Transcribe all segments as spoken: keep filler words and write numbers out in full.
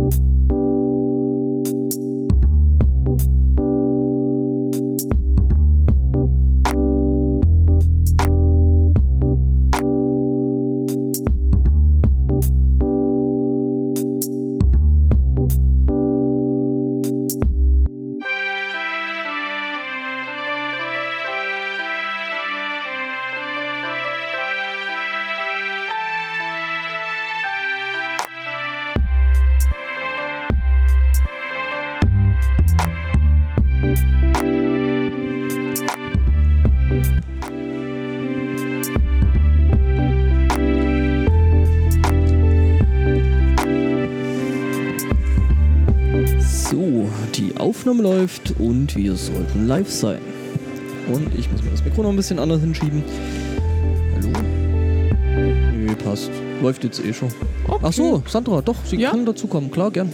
Aufnahme läuft und wir sollten live sein. Und ich muss mir das Mikro noch ein bisschen anders hinschieben. Hallo? Nö, passt. Läuft jetzt eh schon. Okay. Ach so, Sandra, doch, sie ja? kann dazukommen. Klar, gern.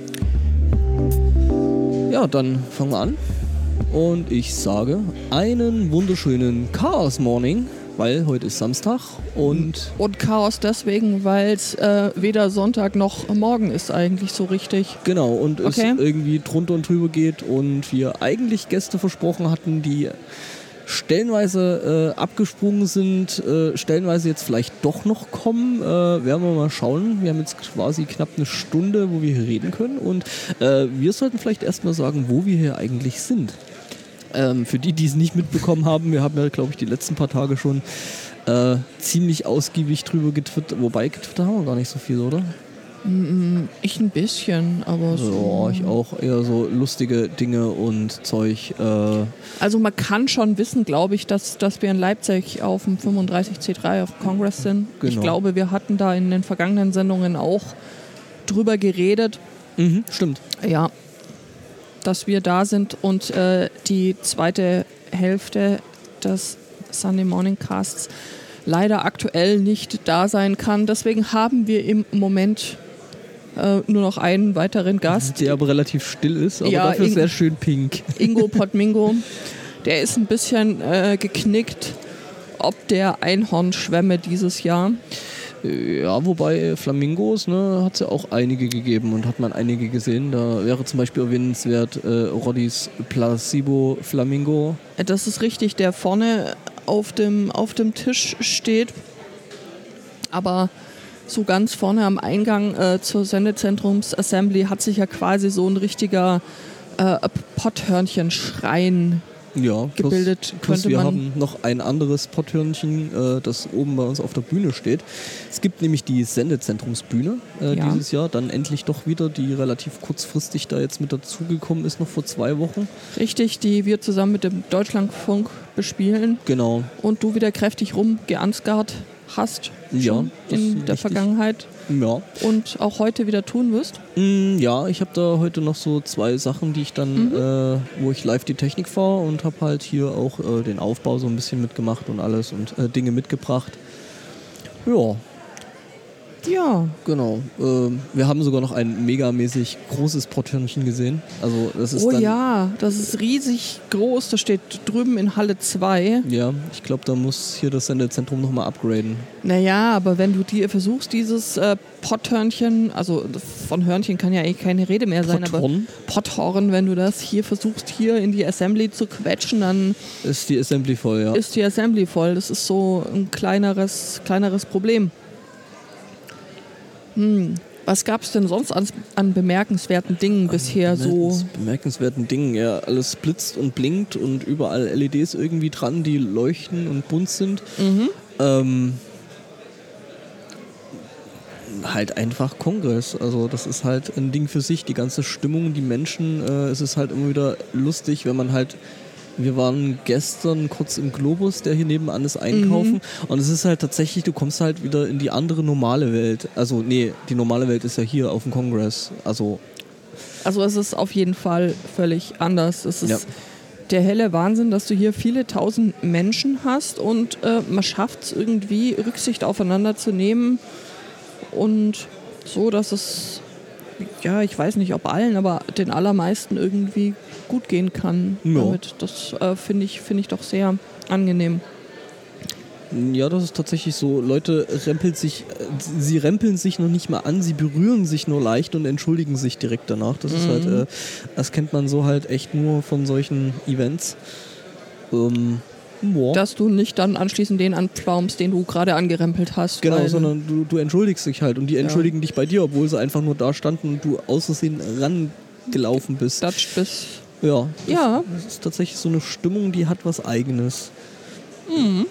Ja, dann fangen wir an. Und ich sage einen wunderschönen Chaos Morning, weil heute ist Samstag und... Und Chaos deswegen, weil es äh, weder Sonntag noch morgen ist eigentlich so richtig. Genau, und okay. es irgendwie drunter und drüber geht und wir eigentlich Gäste versprochen hatten, die stellenweise äh, abgesprungen sind, äh, stellenweise jetzt vielleicht doch noch kommen. Äh, werden wir mal schauen. Wir haben jetzt quasi knapp eine Stunde, wo wir hier reden können und äh, wir sollten vielleicht erstmal sagen, wo wir hier eigentlich sind. Ähm, für die, die es nicht mitbekommen haben, wir haben ja, glaube ich, die letzten paar Tage schon äh, ziemlich ausgiebig drüber getwittert. Wobei, getwittert haben wir gar nicht so viel, oder? Ich ein bisschen, aber so... Ja, ich auch. Eher so lustige Dinge und Zeug. Äh also man kann schon wissen, glaube ich, dass, dass wir in Leipzig auf dem fünfunddreißig C drei auf dem Kongress sind. Genau. Ich glaube, wir hatten da in den vergangenen Sendungen auch drüber geredet. Mhm, stimmt. Ja. Dass wir da sind und äh, die zweite Hälfte des Sunday Morning Casts leider aktuell nicht da sein kann. Deswegen haben wir im Moment äh, nur noch einen weiteren Gast. Der aber relativ still ist, aber ja, dafür In- sehr schön pink. Ingo Potmingo. Der ist ein bisschen äh, geknickt, ob der Einhornschwämme dieses Jahr. Ja, wobei Flamingos, ne, hat es ja auch einige gegeben und hat man einige gesehen. Da wäre zum Beispiel erwähnenswert äh, Roddys Placebo Flamingo. Das ist richtig, der vorne auf dem, auf dem Tisch steht. Aber so ganz vorne am Eingang äh, zur Sendezentrums Assembly hat sich ja quasi so ein richtiger äh, Potthörnchenschrein Ja, plus, gebildet, plus könnte wir man. haben noch ein anderes Potthörnchen, äh, das oben bei uns auf der Bühne steht. Es gibt nämlich die Sendezentrumsbühne äh, Ja. dieses Jahr, dann endlich doch wieder, die relativ kurzfristig da jetzt mit dazugekommen ist, noch vor zwei Wochen. Richtig, die wir zusammen mit dem Deutschlandfunk bespielen. Genau. Und du wieder kräftig rumgeansgart hast Ja, schon das in ist der richtig. Vergangenheit Ja. und auch heute wieder tun wirst. Mm, ja, ich habe da heute noch so zwei Sachen, die ich dann, Mhm. äh, wo ich live die Technik fahre und habe halt hier auch äh, den Aufbau so ein bisschen mitgemacht und alles und äh, Dinge mitgebracht. Ja. Ja. Genau. Ähm, wir haben sogar noch ein megamäßig großes Potthörnchen gesehen. Also das ist Oh dann, ja, das ist riesig groß. Das steht drüben in Halle zwei. Ja, ich glaube, da muss hier das Sendezentrum nochmal upgraden. Naja, aber wenn du dir versuchst, dieses äh, Potthörnchen, also von Hörnchen kann ja eh keine Rede mehr sein, Potthorn? aber Potthorn, wenn du das hier versuchst, hier in die Assembly zu quetschen, dann Ist die Assembly voll, ja. ist die Assembly voll. Das ist so ein kleineres, kleineres Problem. Hm. Was gab es denn sonst an, an bemerkenswerten Dingen bisher so? Bemerkens- Bemerkenswerten Dingen, ja. Alles blitzt und blinkt und überall L E Ds irgendwie dran, die leuchten und bunt sind. Mhm. Ähm, halt einfach Kongress. Also das ist halt ein Ding für sich. Die ganze Stimmung, die Menschen, äh, es ist halt immer wieder lustig, wenn man halt... Wir waren gestern kurz im Globus, der hier nebenan ist, einkaufen. Mhm. Und es ist halt tatsächlich, du kommst halt wieder in die andere normale Welt. Also nee, die normale Welt ist ja hier auf dem Kongress. Also, Also es ist auf jeden Fall völlig anders. Es ist Ja. der helle Wahnsinn, dass du hier viele tausend Menschen hast und äh, man schafft es irgendwie, Rücksicht aufeinander zu nehmen und so, dass es, ja, ich weiß nicht, ob allen, aber den allermeisten irgendwie gut gehen kann Ja. damit. Das äh, finde ich, finde ich doch sehr angenehm. Ja, das ist tatsächlich so. Leute rempeln sich, sie rempeln sich noch nicht mal an, sie berühren sich nur leicht und entschuldigen sich direkt danach. Das mhm. ist halt, äh, das kennt man so halt echt nur von solchen Events. Ähm, boah. Dass du nicht dann anschließend den anpflaumst, den du gerade angerempelt hast. Genau, sondern du, du entschuldigst dich halt und die entschuldigen ja. dich bei dir, obwohl sie einfach nur da standen und du aus Versehen rangelaufen bist. Datscht bist. Ja, das, ja. das ist tatsächlich so eine Stimmung, die hat was Eigenes. Mhm.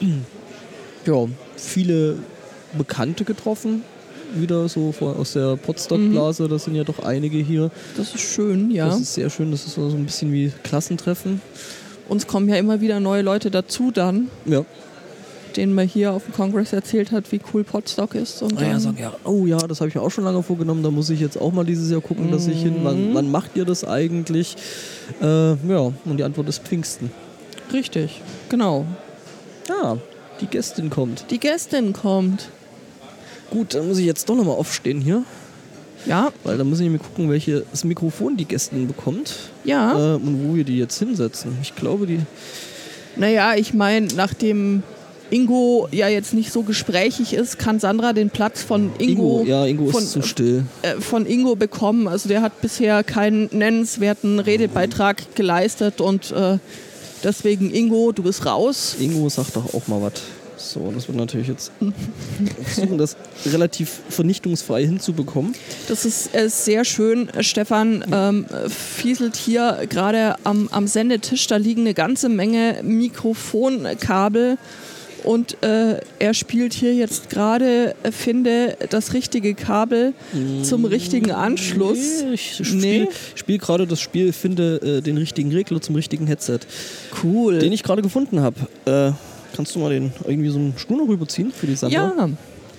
Ja, viele Bekannte getroffen, wieder so aus der Potsdam-Blase, das sind ja doch einige hier. Das ist schön, ja. Das ist sehr schön, das ist so ein bisschen wie Klassentreffen. Uns kommen ja immer wieder neue Leute dazu dann, ja. denen man hier auf dem Kongress erzählt hat, wie cool Potsdam ist. Und ah ja, sag, ja, oh ja, das habe ich mir auch schon lange vorgenommen, da muss ich jetzt auch mal dieses Jahr gucken, dass ich hin, wann, wann macht ihr das eigentlich? Äh, ja, und die Antwort ist Pfingsten. Richtig, genau. Ja. Die Gästin kommt. Die Gästin kommt. Gut, dann muss ich jetzt doch nochmal aufstehen hier. Ja. Weil dann muss ich mir gucken, welches Mikrofon die Gästin bekommt. Ja. Äh, und wo wir die jetzt hinsetzen. Ich glaube, die... Naja, ich meine, nachdem Ingo ja jetzt nicht so gesprächig ist, kann Sandra den Platz von Ingo... Ingo ja, Ingo von, ist zu still. Äh, von Ingo bekommen. Also der hat bisher keinen nennenswerten Redebeitrag geleistet und... Äh, Deswegen, Ingo, du bist raus. Ingo sagt doch auch mal was. So, das wird natürlich jetzt versuchen, das relativ vernichtungsfrei hinzubekommen. Das ist äh, sehr schön. Stefan ähm, fieselt hier gerade am, am Sendetisch. Da liegen eine ganze Menge Mikrofonkabel. Und äh, er spielt hier jetzt gerade, äh, finde, das richtige Kabel mmh, zum richtigen Anschluss. Nee, ich spiele nee. spiel gerade das Spiel, finde äh, den richtigen Regler zum richtigen Headset. Cool. Den ich gerade gefunden habe. Äh, kannst du mal den irgendwie so einen Stuhl noch rüberziehen für die Sandra? Ja.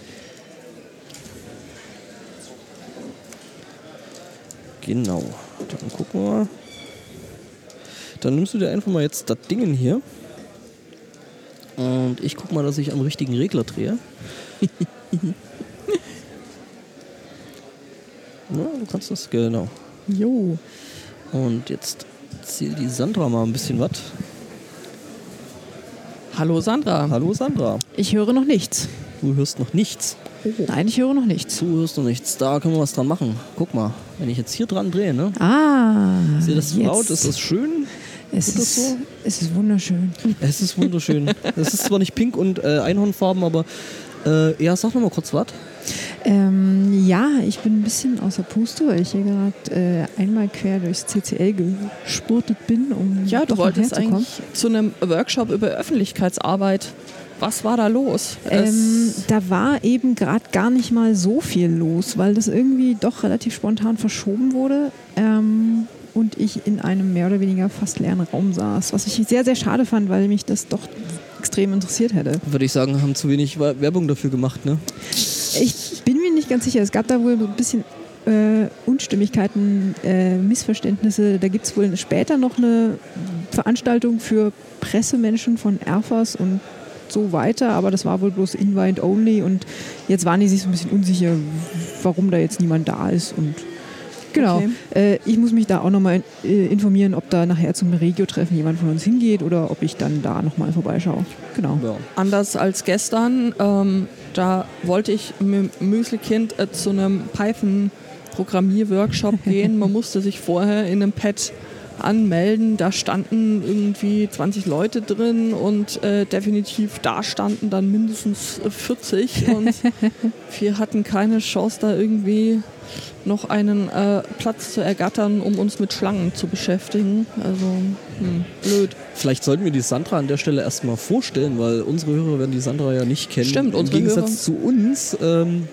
Genau. Dann gucken wir mal. Dann nimmst du dir einfach mal jetzt das Ding hier. Und ich guck mal, dass ich am richtigen Regler drehe. Ja, du kannst das, genau. Jo. Und jetzt erzählt die Sandra mal ein bisschen was. Hallo Sandra. Hallo Sandra. Ich höre noch nichts. Du hörst noch nichts? Oh. Nein, ich höre noch nichts. Du hörst noch nichts. Da können wir was dran machen. Guck mal, wenn ich jetzt hier dran drehe, ne? Ah. Ist dir das jetzt. laut? Ist das schön? Es ist, das so? es ist wunderschön. Es ist wunderschön. Es ist zwar nicht pink und äh, Einhornfarben, aber äh, ja, sag noch mal kurz was. Ähm, ja, ich bin ein bisschen außer Puste, weil ich hier gerade äh, einmal quer durchs C C L gespurtet bin, um ja, du wolltest eigentlich zu, zu einem Workshop über Öffentlichkeitsarbeit. Was war da los? Ähm, da war eben gerade gar nicht mal so viel los, weil das irgendwie doch relativ spontan verschoben wurde. Ähm, und ich in einem mehr oder weniger fast leeren Raum saß, was ich sehr, sehr schade fand, weil mich das doch extrem interessiert hätte. Würde ich sagen, haben zu wenig Werbung dafür gemacht, ne? Ich bin mir nicht ganz sicher. Es gab da wohl ein bisschen äh, Unstimmigkeiten, äh, Missverständnisse. Da gibt es wohl später noch eine Veranstaltung für Pressemenschen von Erfas und so weiter, aber das war wohl bloß Invite only und jetzt waren die sich so ein bisschen unsicher, warum da jetzt niemand da ist und genau. Okay. Äh, ich muss mich da auch nochmal äh, informieren, ob da nachher zum Regio-Treffen jemand von uns hingeht oder ob ich dann da nochmal vorbeischaue. Genau. Ja. Anders als gestern, ähm, da wollte ich mit dem Müsli-Kind äh, zu einem Python-Programmier-Workshop gehen. Man musste sich vorher in einem Pad anmelden. Da standen irgendwie zwanzig Leute drin und äh, definitiv da standen dann mindestens vierzig und wir hatten keine Chance, da irgendwie noch einen äh, Platz zu ergattern, um uns mit Schlangen zu beschäftigen. Also, hm, blöd. Vielleicht sollten wir die Sandra an der Stelle erstmal vorstellen, weil unsere Hörer werden die Sandra ja nicht kennen. Stimmt, unsere Im Gegensatz Hörer. zu uns. Ähm,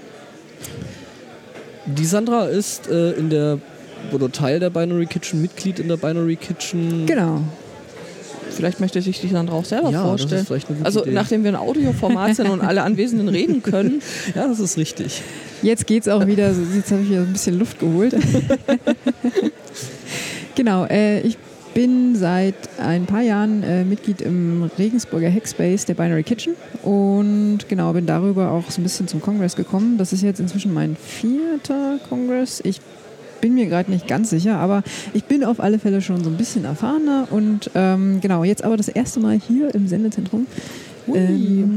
die Sandra ist äh, in der oder Teil der Binary Kitchen, Mitglied in der Binary Kitchen. Genau. Vielleicht möchte sich die Sandra auch selber ja, vorstellen. Das ist vielleicht eine gute also Idee. Nachdem wir ein Audioformat sind und alle Anwesenden reden können. Ja, das ist richtig. Jetzt geht's auch wieder, jetzt habe ich wieder ein bisschen Luft geholt. Genau, äh, ich bin seit ein paar Jahren äh, Mitglied im Regensburger Hackspace der Binary Kitchen und genau, bin darüber auch so ein bisschen zum Kongress gekommen. Das ist jetzt inzwischen mein vierter Kongress. Ich bin mir gerade nicht ganz sicher, aber ich bin auf alle Fälle schon so ein bisschen erfahrener und ähm, genau, jetzt aber das erste Mal hier im Sendezentrum. Ähm,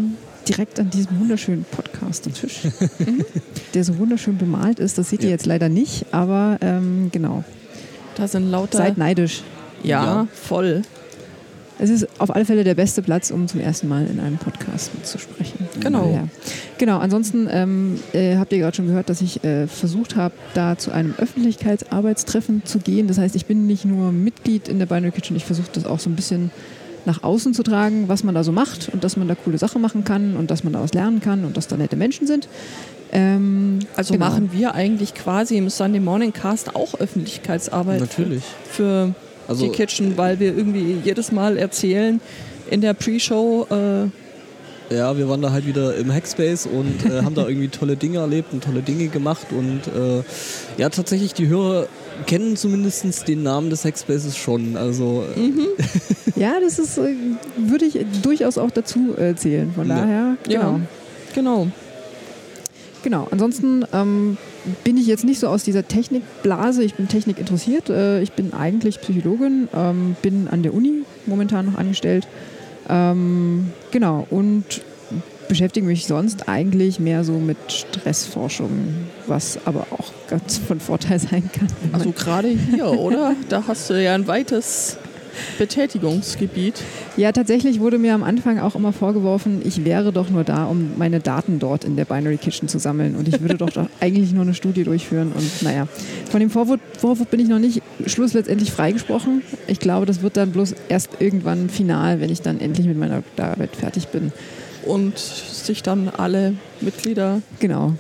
direkt an diesem wunderschönen Podcast-Tisch, der so wunderschön bemalt ist. Das seht ihr Ja. jetzt leider nicht, aber ähm, genau. Da sind lauter... Seid neidisch. ja, Ja. voll. Es ist auf alle Fälle der beste Platz, um zum ersten Mal in einem Podcast mitzusprechen. Genau. Ja. Genau, ansonsten ähm, äh, habt ihr gerade schon gehört, dass ich äh, versucht habe, da zu einem Öffentlichkeitsarbeitstreffen zu gehen. Das heißt, ich bin nicht nur Mitglied in der Binary Kitchen, ich versuche das auch so ein bisschen nach außen zu tragen, was man da so macht und dass man da coole Sachen machen kann und dass man da was lernen kann und dass da nette Menschen sind. Ähm, Also genau. machen wir eigentlich quasi im Sunday Morning Cast auch Öffentlichkeitsarbeit Natürlich. für Also- die Kitchen, weil wir irgendwie jedes Mal erzählen in der Pre-Show, äh, Ja, wir waren da halt wieder im Hackspace und äh, haben da irgendwie tolle Dinge erlebt und tolle Dinge gemacht. Und äh, ja, tatsächlich, die Hörer kennen zumindest den Namen des Hackspaces schon. Also äh, Ja, das ist, äh, würde ich durchaus auch dazu äh, zählen. Von Ja. daher, genau. ja, genau. Genau, ansonsten ähm, bin ich jetzt nicht so aus dieser Technikblase, ich bin Technik interessiert, äh, ich bin eigentlich Psychologin, ähm, bin an der Uni momentan noch angestellt, ähm, genau, und beschäftige mich sonst eigentlich mehr so mit Stressforschung, was aber auch ganz von Vorteil sein kann. Also gerade hier, oder? Da hast du ja ein weites Betätigungsgebiet. Ja, tatsächlich wurde mir am Anfang auch immer vorgeworfen, ich wäre doch nur da, um meine Daten dort in der Binary Kitchen zu sammeln und ich würde doch, doch eigentlich nur eine Studie durchführen und naja, von dem Vorwurf, Vorwurf bin ich noch nicht Schluss letztendlich freigesprochen. Ich glaube, das wird dann bloß erst irgendwann final, wenn ich dann endlich mit meiner Arbeit fertig bin. Und sich dann alle Mitglieder... Genau.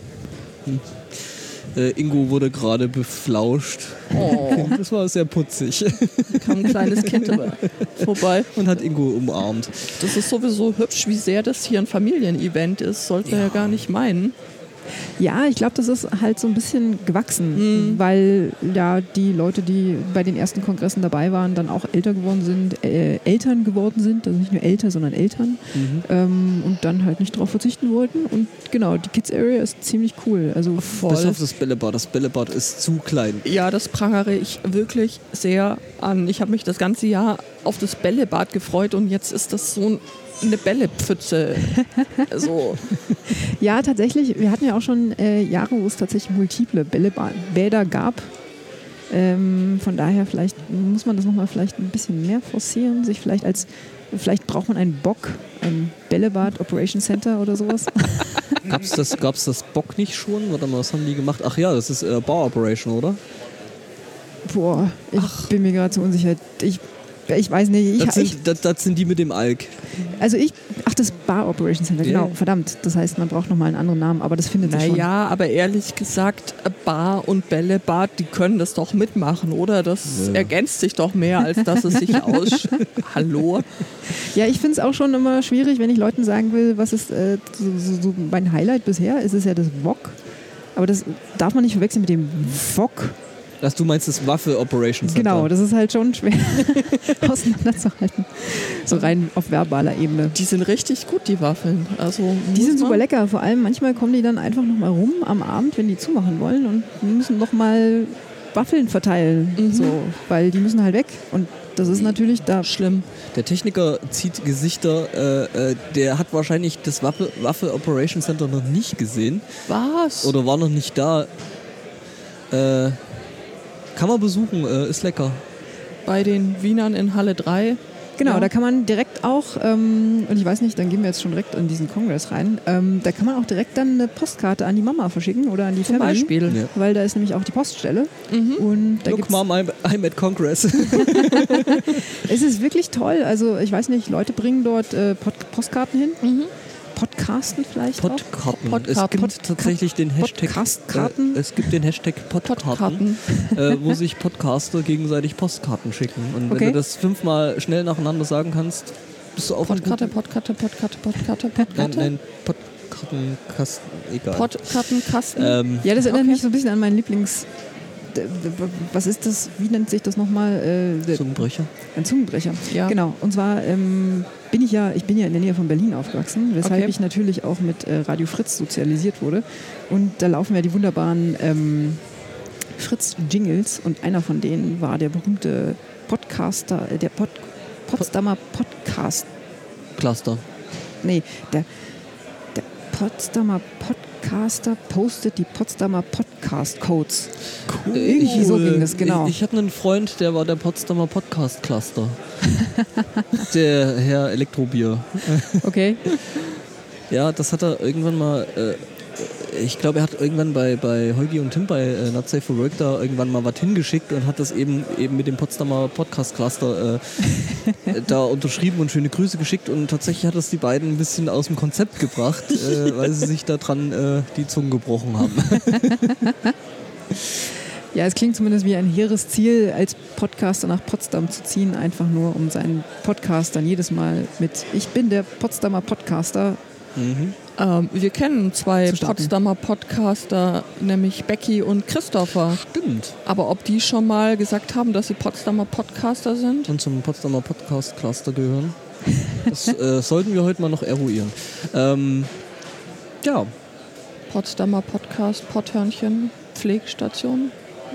äh, Ingo wurde gerade beflauscht. Oh, Das war sehr putzig. kam ein kleines Kind über- vorbei. Und hat Ingo umarmt. Das ist sowieso hübsch, wie sehr das hier ein Familienevent ist. Sollte man ja gar nicht meinen. Ja, ich glaube, das ist halt so ein bisschen gewachsen, weil ja die Leute, die bei den ersten Kongressen dabei waren, dann auch älter geworden sind, äh, Eltern geworden sind, also nicht nur älter, sondern Eltern ähm, und dann halt nicht darauf verzichten wollten. Und genau, die Kids Area ist ziemlich cool. Also Bis auf das Bällebad. Das Bällebad ist zu klein. Ja, das prangere ich wirklich sehr an. Ich habe mich das ganze Jahr auf das Bällebad gefreut und jetzt ist das so eine Bällepfütze. Also, ja, tatsächlich, wir hatten ja auch schon äh, Jahre, wo es tatsächlich multiple Bällebäder gab. Ähm, von daher vielleicht muss man das nochmal vielleicht ein bisschen mehr forcieren, sich vielleicht als, vielleicht braucht man einen Bock, ein Bällebad Operation Center oder sowas. Gab's das, gab's das Bock nicht schon? Warte mal, was haben die gemacht? Ach ja, das ist äh, Bar Operation, oder? Boah, ich bin mir gerade so unsicher. Ich, ich weiß nicht. Ich, Das ich, sind, das, das sind die mit dem Alk. also ich, ach, das Bar Operation Center, Ja. genau, verdammt. Das heißt, man braucht nochmal einen anderen Namen, aber das findet sich schon. naja, aber ehrlich gesagt, Bar und Bällebad, die können das doch mitmachen, oder? Das Ja. ergänzt sich doch mehr, als dass es sich aus... Hallo? Ja, ich finde es auch schon immer schwierig, wenn ich Leuten sagen will, was ist äh, so, so, so mein Highlight bisher, ist es ja das W O C. Aber das darf man nicht verwechseln mit dem W O C. Dass du meinst das Waffe Operation Center. Genau, das ist halt schon schwer auseinanderzuhalten. So rein auf verbaler Ebene. Die sind richtig gut, die Waffeln. Also, Die muss sind super man- lecker. Vor allem manchmal kommen die dann einfach nochmal rum am Abend, wenn die zumachen wollen und müssen nochmal Waffeln verteilen. Mhm. So, weil die müssen halt weg. Und das ist natürlich da. Schlimm. Der Techniker zieht Gesichter, äh, äh, der hat wahrscheinlich das Waffe, Waffe Operation Center noch nicht gesehen Was? oder war noch nicht da. Äh, kann man besuchen, äh, ist lecker. Bei den Wienern in Halle drei. Genau, Ja. da kann man direkt auch, ähm, und ich weiß nicht, dann gehen wir jetzt schon direkt in diesen Kongress rein, ähm, da kann man auch direkt dann eine Postkarte an die Mama verschicken oder an die Zum Family. Beispiel. Ja. Weil da ist nämlich auch die Poststelle. Mhm. Und da Look, gibt's, Mom, I'm, I'm at Congress. es ist wirklich toll. Also ich weiß nicht, Leute bringen dort äh, Pod Postkarten hin. Mhm. Podcasten vielleicht auch. Podkarten. Podkarten. Es gibt Pod- tatsächlich den Hashtag. Podcastkarten? Äh, es gibt den Hashtag Podkarten, Podkarten. äh, wo sich Podcaster gegenseitig Postkarten schicken. Und Okay. wenn du das fünfmal schnell nacheinander sagen kannst, bist du auf einem Podkarte, guten- Podkarte, Podkarte, Podkarte, Nein, Podkarte. nein, Podkartenkasten, egal. Podkartenkasten. ähm, Ja, das erinnert Okay. mich so ein bisschen an meinen Lieblings... d- d- Was ist das? Wie nennt sich das nochmal? Äh, der- Zungenbrecher. Ein Zungenbrecher. Ja. Genau. Und zwar ähm, bin ich ja, ich bin ja in der Nähe von Berlin aufgewachsen, weshalb Okay. ich natürlich auch mit äh, Radio Fritz sozialisiert wurde. Und da laufen ja die wunderbaren ähm, Fritz-Jingles und einer von denen war der berühmte Podcaster, äh, der Pod, Potsdamer Podcast. Cluster. Nee, der Potsdamer Podcaster postet die Potsdamer Podcast-Codes. Cool. Irgendwie so ging das, genau. Ich, ich hatte einen Freund, der war der Potsdamer Podcast-Cluster. Der Herr Elektrobier. Okay. Ja, das hat er irgendwann mal, äh, ich glaube, er hat irgendwann bei, bei Holgi und Tim bei äh, Not Safe for Work da irgendwann mal was hingeschickt und hat das eben, eben mit dem Potsdamer Podcast Cluster äh, da unterschrieben und schöne Grüße geschickt und tatsächlich hat das die beiden ein bisschen aus dem Konzept gebracht, äh, weil sie sich da dran äh, die Zungen gebrochen haben. Ja, es klingt zumindest wie ein hehres Ziel, als Podcaster nach Potsdam zu ziehen, einfach nur um seinen Podcast dann jedes Mal mit "Ich bin der Potsdamer Podcaster" Mhm. Ähm, wir kennen zwei Zu starten. Potsdamer Podcaster, nämlich Becky und Christopher. Stimmt. Aber ob die schon mal gesagt haben, dass sie Potsdamer Podcaster sind? Und zum Potsdamer Podcast Cluster gehören. Das äh, sollten wir heute mal noch eruieren. Ähm, ja, Potsdamer Podcast, Potthörnchen, Pflegestation.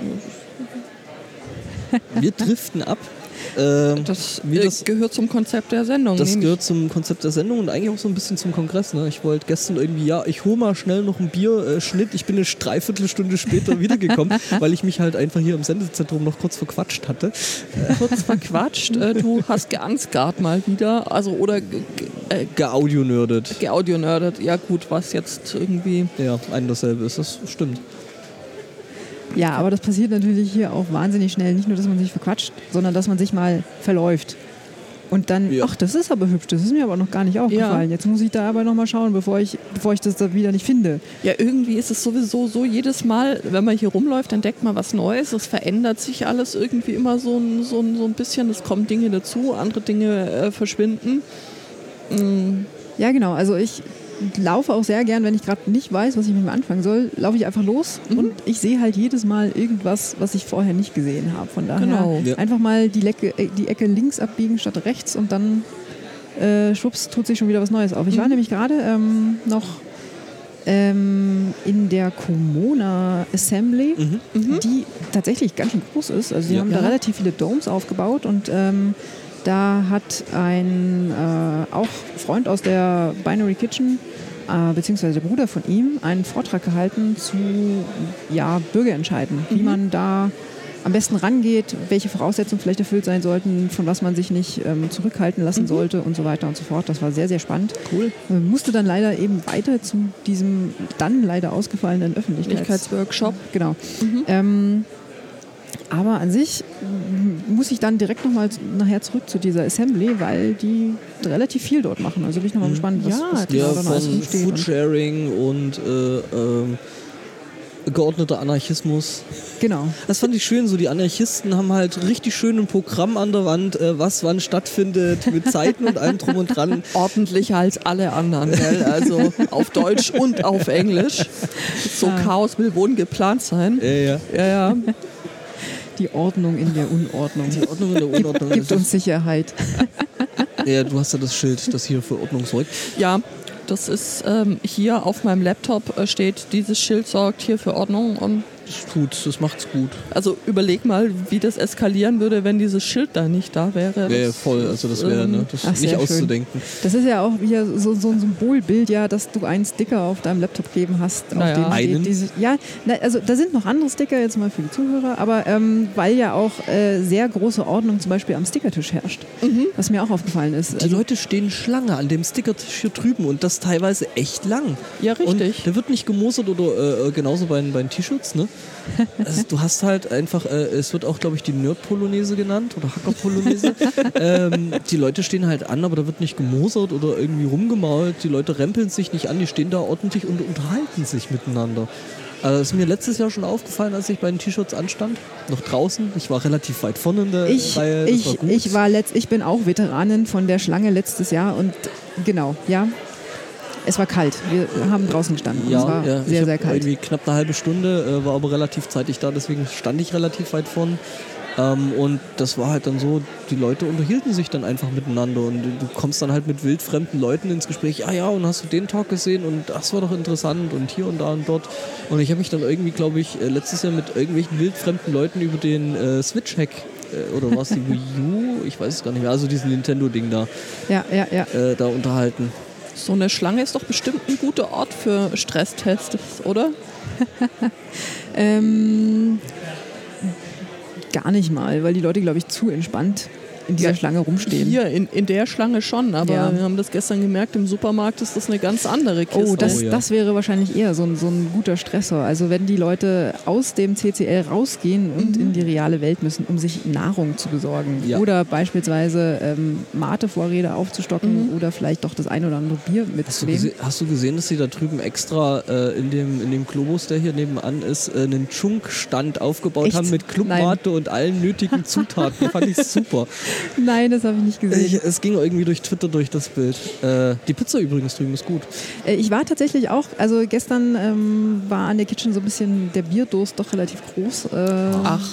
wir driften ab. Ähm, Das, wie äh, das- gehört zum Konzept der Sendung. Das nämlich- gehört zum Konzept der Sendung und eigentlich auch so ein bisschen zum Kongress. Ne? Ich wollte gestern irgendwie, ja, ich hole mal schnell noch ein Bier, äh, Schnitt. Ich bin eine Dreiviertelstunde später wiedergekommen, weil ich mich halt einfach hier im Sendezentrum noch kurz verquatscht hatte. kurz verquatscht. Äh, du hast geansgard mal wieder. Also, oder ge- ge- äh, Geaudio-nerdet. geaudio-nerdet. Ja, gut, was jetzt irgendwie. Ja, ein dasselbe ist, das stimmt. Ja, aber das passiert natürlich hier auch wahnsinnig schnell. Nicht nur, dass man sich verquatscht, sondern dass man sich mal verläuft. Und dann, Ja. ach, das ist aber hübsch, das ist mir aber noch gar nicht aufgefallen. Jetzt muss ich da aber noch mal schauen, bevor ich, bevor ich das da wieder nicht finde. Ja, irgendwie ist es sowieso so, jedes Mal, wenn man hier rumläuft, entdeckt man was Neues. Es verändert sich alles irgendwie immer so ein, so ein, so ein bisschen. Es kommen Dinge dazu, andere Dinge äh, verschwinden. Mm, Ja, genau. Also ich laufe auch sehr gern, wenn ich gerade nicht weiß, was ich mit mir anfangen soll, laufe ich einfach los und ich sehe halt jedes Mal irgendwas, was ich vorher nicht gesehen habe. Von daher Genau. Ja. einfach mal die, Lecke, äh, die Ecke links abbiegen statt rechts und dann äh, schwupps, tut sich schon wieder was Neues auf. Ich war nämlich gerade ähm, noch ähm, in der Pomona Assembly, die tatsächlich ganz schön groß ist. Also die Ja. haben da Ja. relativ viele Domes aufgebaut und ähm, da hat ein äh, auch Freund aus der Binary Kitchen, äh, beziehungsweise der Bruder von ihm, einen Vortrag gehalten zu ja, Bürgerentscheiden, wie man da am besten rangeht, welche Voraussetzungen vielleicht erfüllt sein sollten, von was man sich nicht ähm, zurückhalten lassen sollte und so weiter und so fort. Das war sehr, sehr spannend. Cool. Äh, musste dann leider eben weiter zu diesem dann leider ausgefallenen Öffentlichkeits... Öffentlichkeitsworkshop. Genau. Ähm, aber an sich mm, muss ich dann direkt nochmal nachher zurück zu dieser Assembly, weil die relativ viel dort machen. Also bin ich nochmal gespannt, was, Ja, was die Ja, genau da noch alles von rumsteht. Und, Foodsharing und äh, ähm, geordneter Anarchismus. genau. Das fand ich schön, so die Anarchisten haben halt richtig schön ein Programm an der Wand, äh, was wann stattfindet, mit Zeiten und allem drum und dran. Ordentlicher als alle anderen, gell? Also auf Deutsch und auf Englisch. So Chaos will wohl geplant sein. Ja, ja. Ja, ja. Die Ordnung in der Unordnung. Die Ordnung in der Unordnung. Gibt uns Sicherheit. Ja, du hast ja das Schild, das hier für Ordnung sorgt. Ja, das ist ähm, hier auf meinem Laptop äh, steht, dieses Schild sorgt hier für Ordnung. Und Das tut, das macht's gut. also überleg mal, wie das eskalieren würde, wenn dieses Schild da nicht da wäre. Ja, ja, Das, voll. Also das wäre ähm, ne, das ach, ist sehr nicht schön. auszudenken. Das ist ja auch wieder so, so ein Symbolbild, ja, dass du einen Sticker auf deinem Laptop kleben hast. Auf Naja. dem steht Einen? Diese, ja, na, also da sind noch andere Sticker, jetzt mal für die Zuhörer, aber ähm, weil ja auch äh, sehr große Ordnung zum Beispiel am Stickertisch herrscht, was mir auch aufgefallen ist. Die Also, Leute stehen Schlange an dem Stickertisch hier drüben und das teilweise echt lang. Ja, richtig. Und da wird nicht gemosert oder äh, genauso bei, den- bei den T-Shirts, ne? Also du hast halt einfach, äh, es wird auch, glaube ich, die Nerd-Polonaise genannt oder Hacker-Polonaise. ähm, die Leute stehen halt an, aber da wird nicht gemosert oder irgendwie rumgemault. Die Leute rempeln sich nicht an, die stehen da ordentlich und unterhalten sich miteinander. Also das ist mir letztes Jahr schon aufgefallen, als ich bei den T-Shirts anstand, noch draußen. Ich war relativ weit vorne in der ich, Reihe, das ich, war gut. ich, war letzt, ich bin auch Veteranin von der Schlange letztes Jahr und genau, ja. Es war kalt. Wir haben draußen gestanden. Ja, es war ja, sehr, ich sehr hab kalt. irgendwie knapp eine halbe Stunde, äh, war aber relativ zeitig da, deswegen stand ich relativ weit vorn. Ähm, und das war halt dann so, die Leute unterhielten sich dann einfach miteinander und du kommst dann halt mit wildfremden Leuten ins Gespräch, ah ja, und hast du den Talk gesehen und das war doch interessant und hier und da und dort. Und ich habe mich dann irgendwie, glaube ich, äh, letztes Jahr mit irgendwelchen wildfremden Leuten über den äh, Switch-Hack äh, oder war es die Wii U? Ich weiß es gar nicht mehr, also diesen Nintendo-Ding da, Ja, ja, ja. äh, da unterhalten. So eine Schlange ist doch bestimmt ein guter Ort für Stresstests, oder? ähm, gar nicht mal, weil die Leute, glaube ich, zu entspannt in dieser Ja, Schlange rumstehen. Hier, in, in der Schlange schon, aber Ja. wir haben das gestern gemerkt, im Supermarkt ist das eine ganz andere Kiste. Oh, das, Oh, ja. das wäre wahrscheinlich eher so ein, so ein guter Stressor. Also wenn die Leute aus dem C C L rausgehen und Mhm. in die reale Welt müssen, um sich Nahrung zu besorgen. Ja. Oder beispielsweise ähm, Mate-Vorräte aufzustocken Mhm. oder vielleicht doch das ein oder andere Bier Hast du, mitzunehmen. gese hast du gesehen, dass sie da drüben extra äh, in, dem, in dem Globus, der hier nebenan ist, äh, einen Chunk-Stand aufgebaut Echt? haben mit Clubmate und allen nötigen Zutaten? Fand ich super. Nein, das habe ich nicht gesehen. Ich, es ging irgendwie durch Twitter durch das Bild. Äh, die Pizza übrigens drüben ist gut. Äh, Ich war tatsächlich auch, also gestern ähm, war an der Kitchen so ein bisschen der Bierdurst doch relativ groß. Äh, Ach,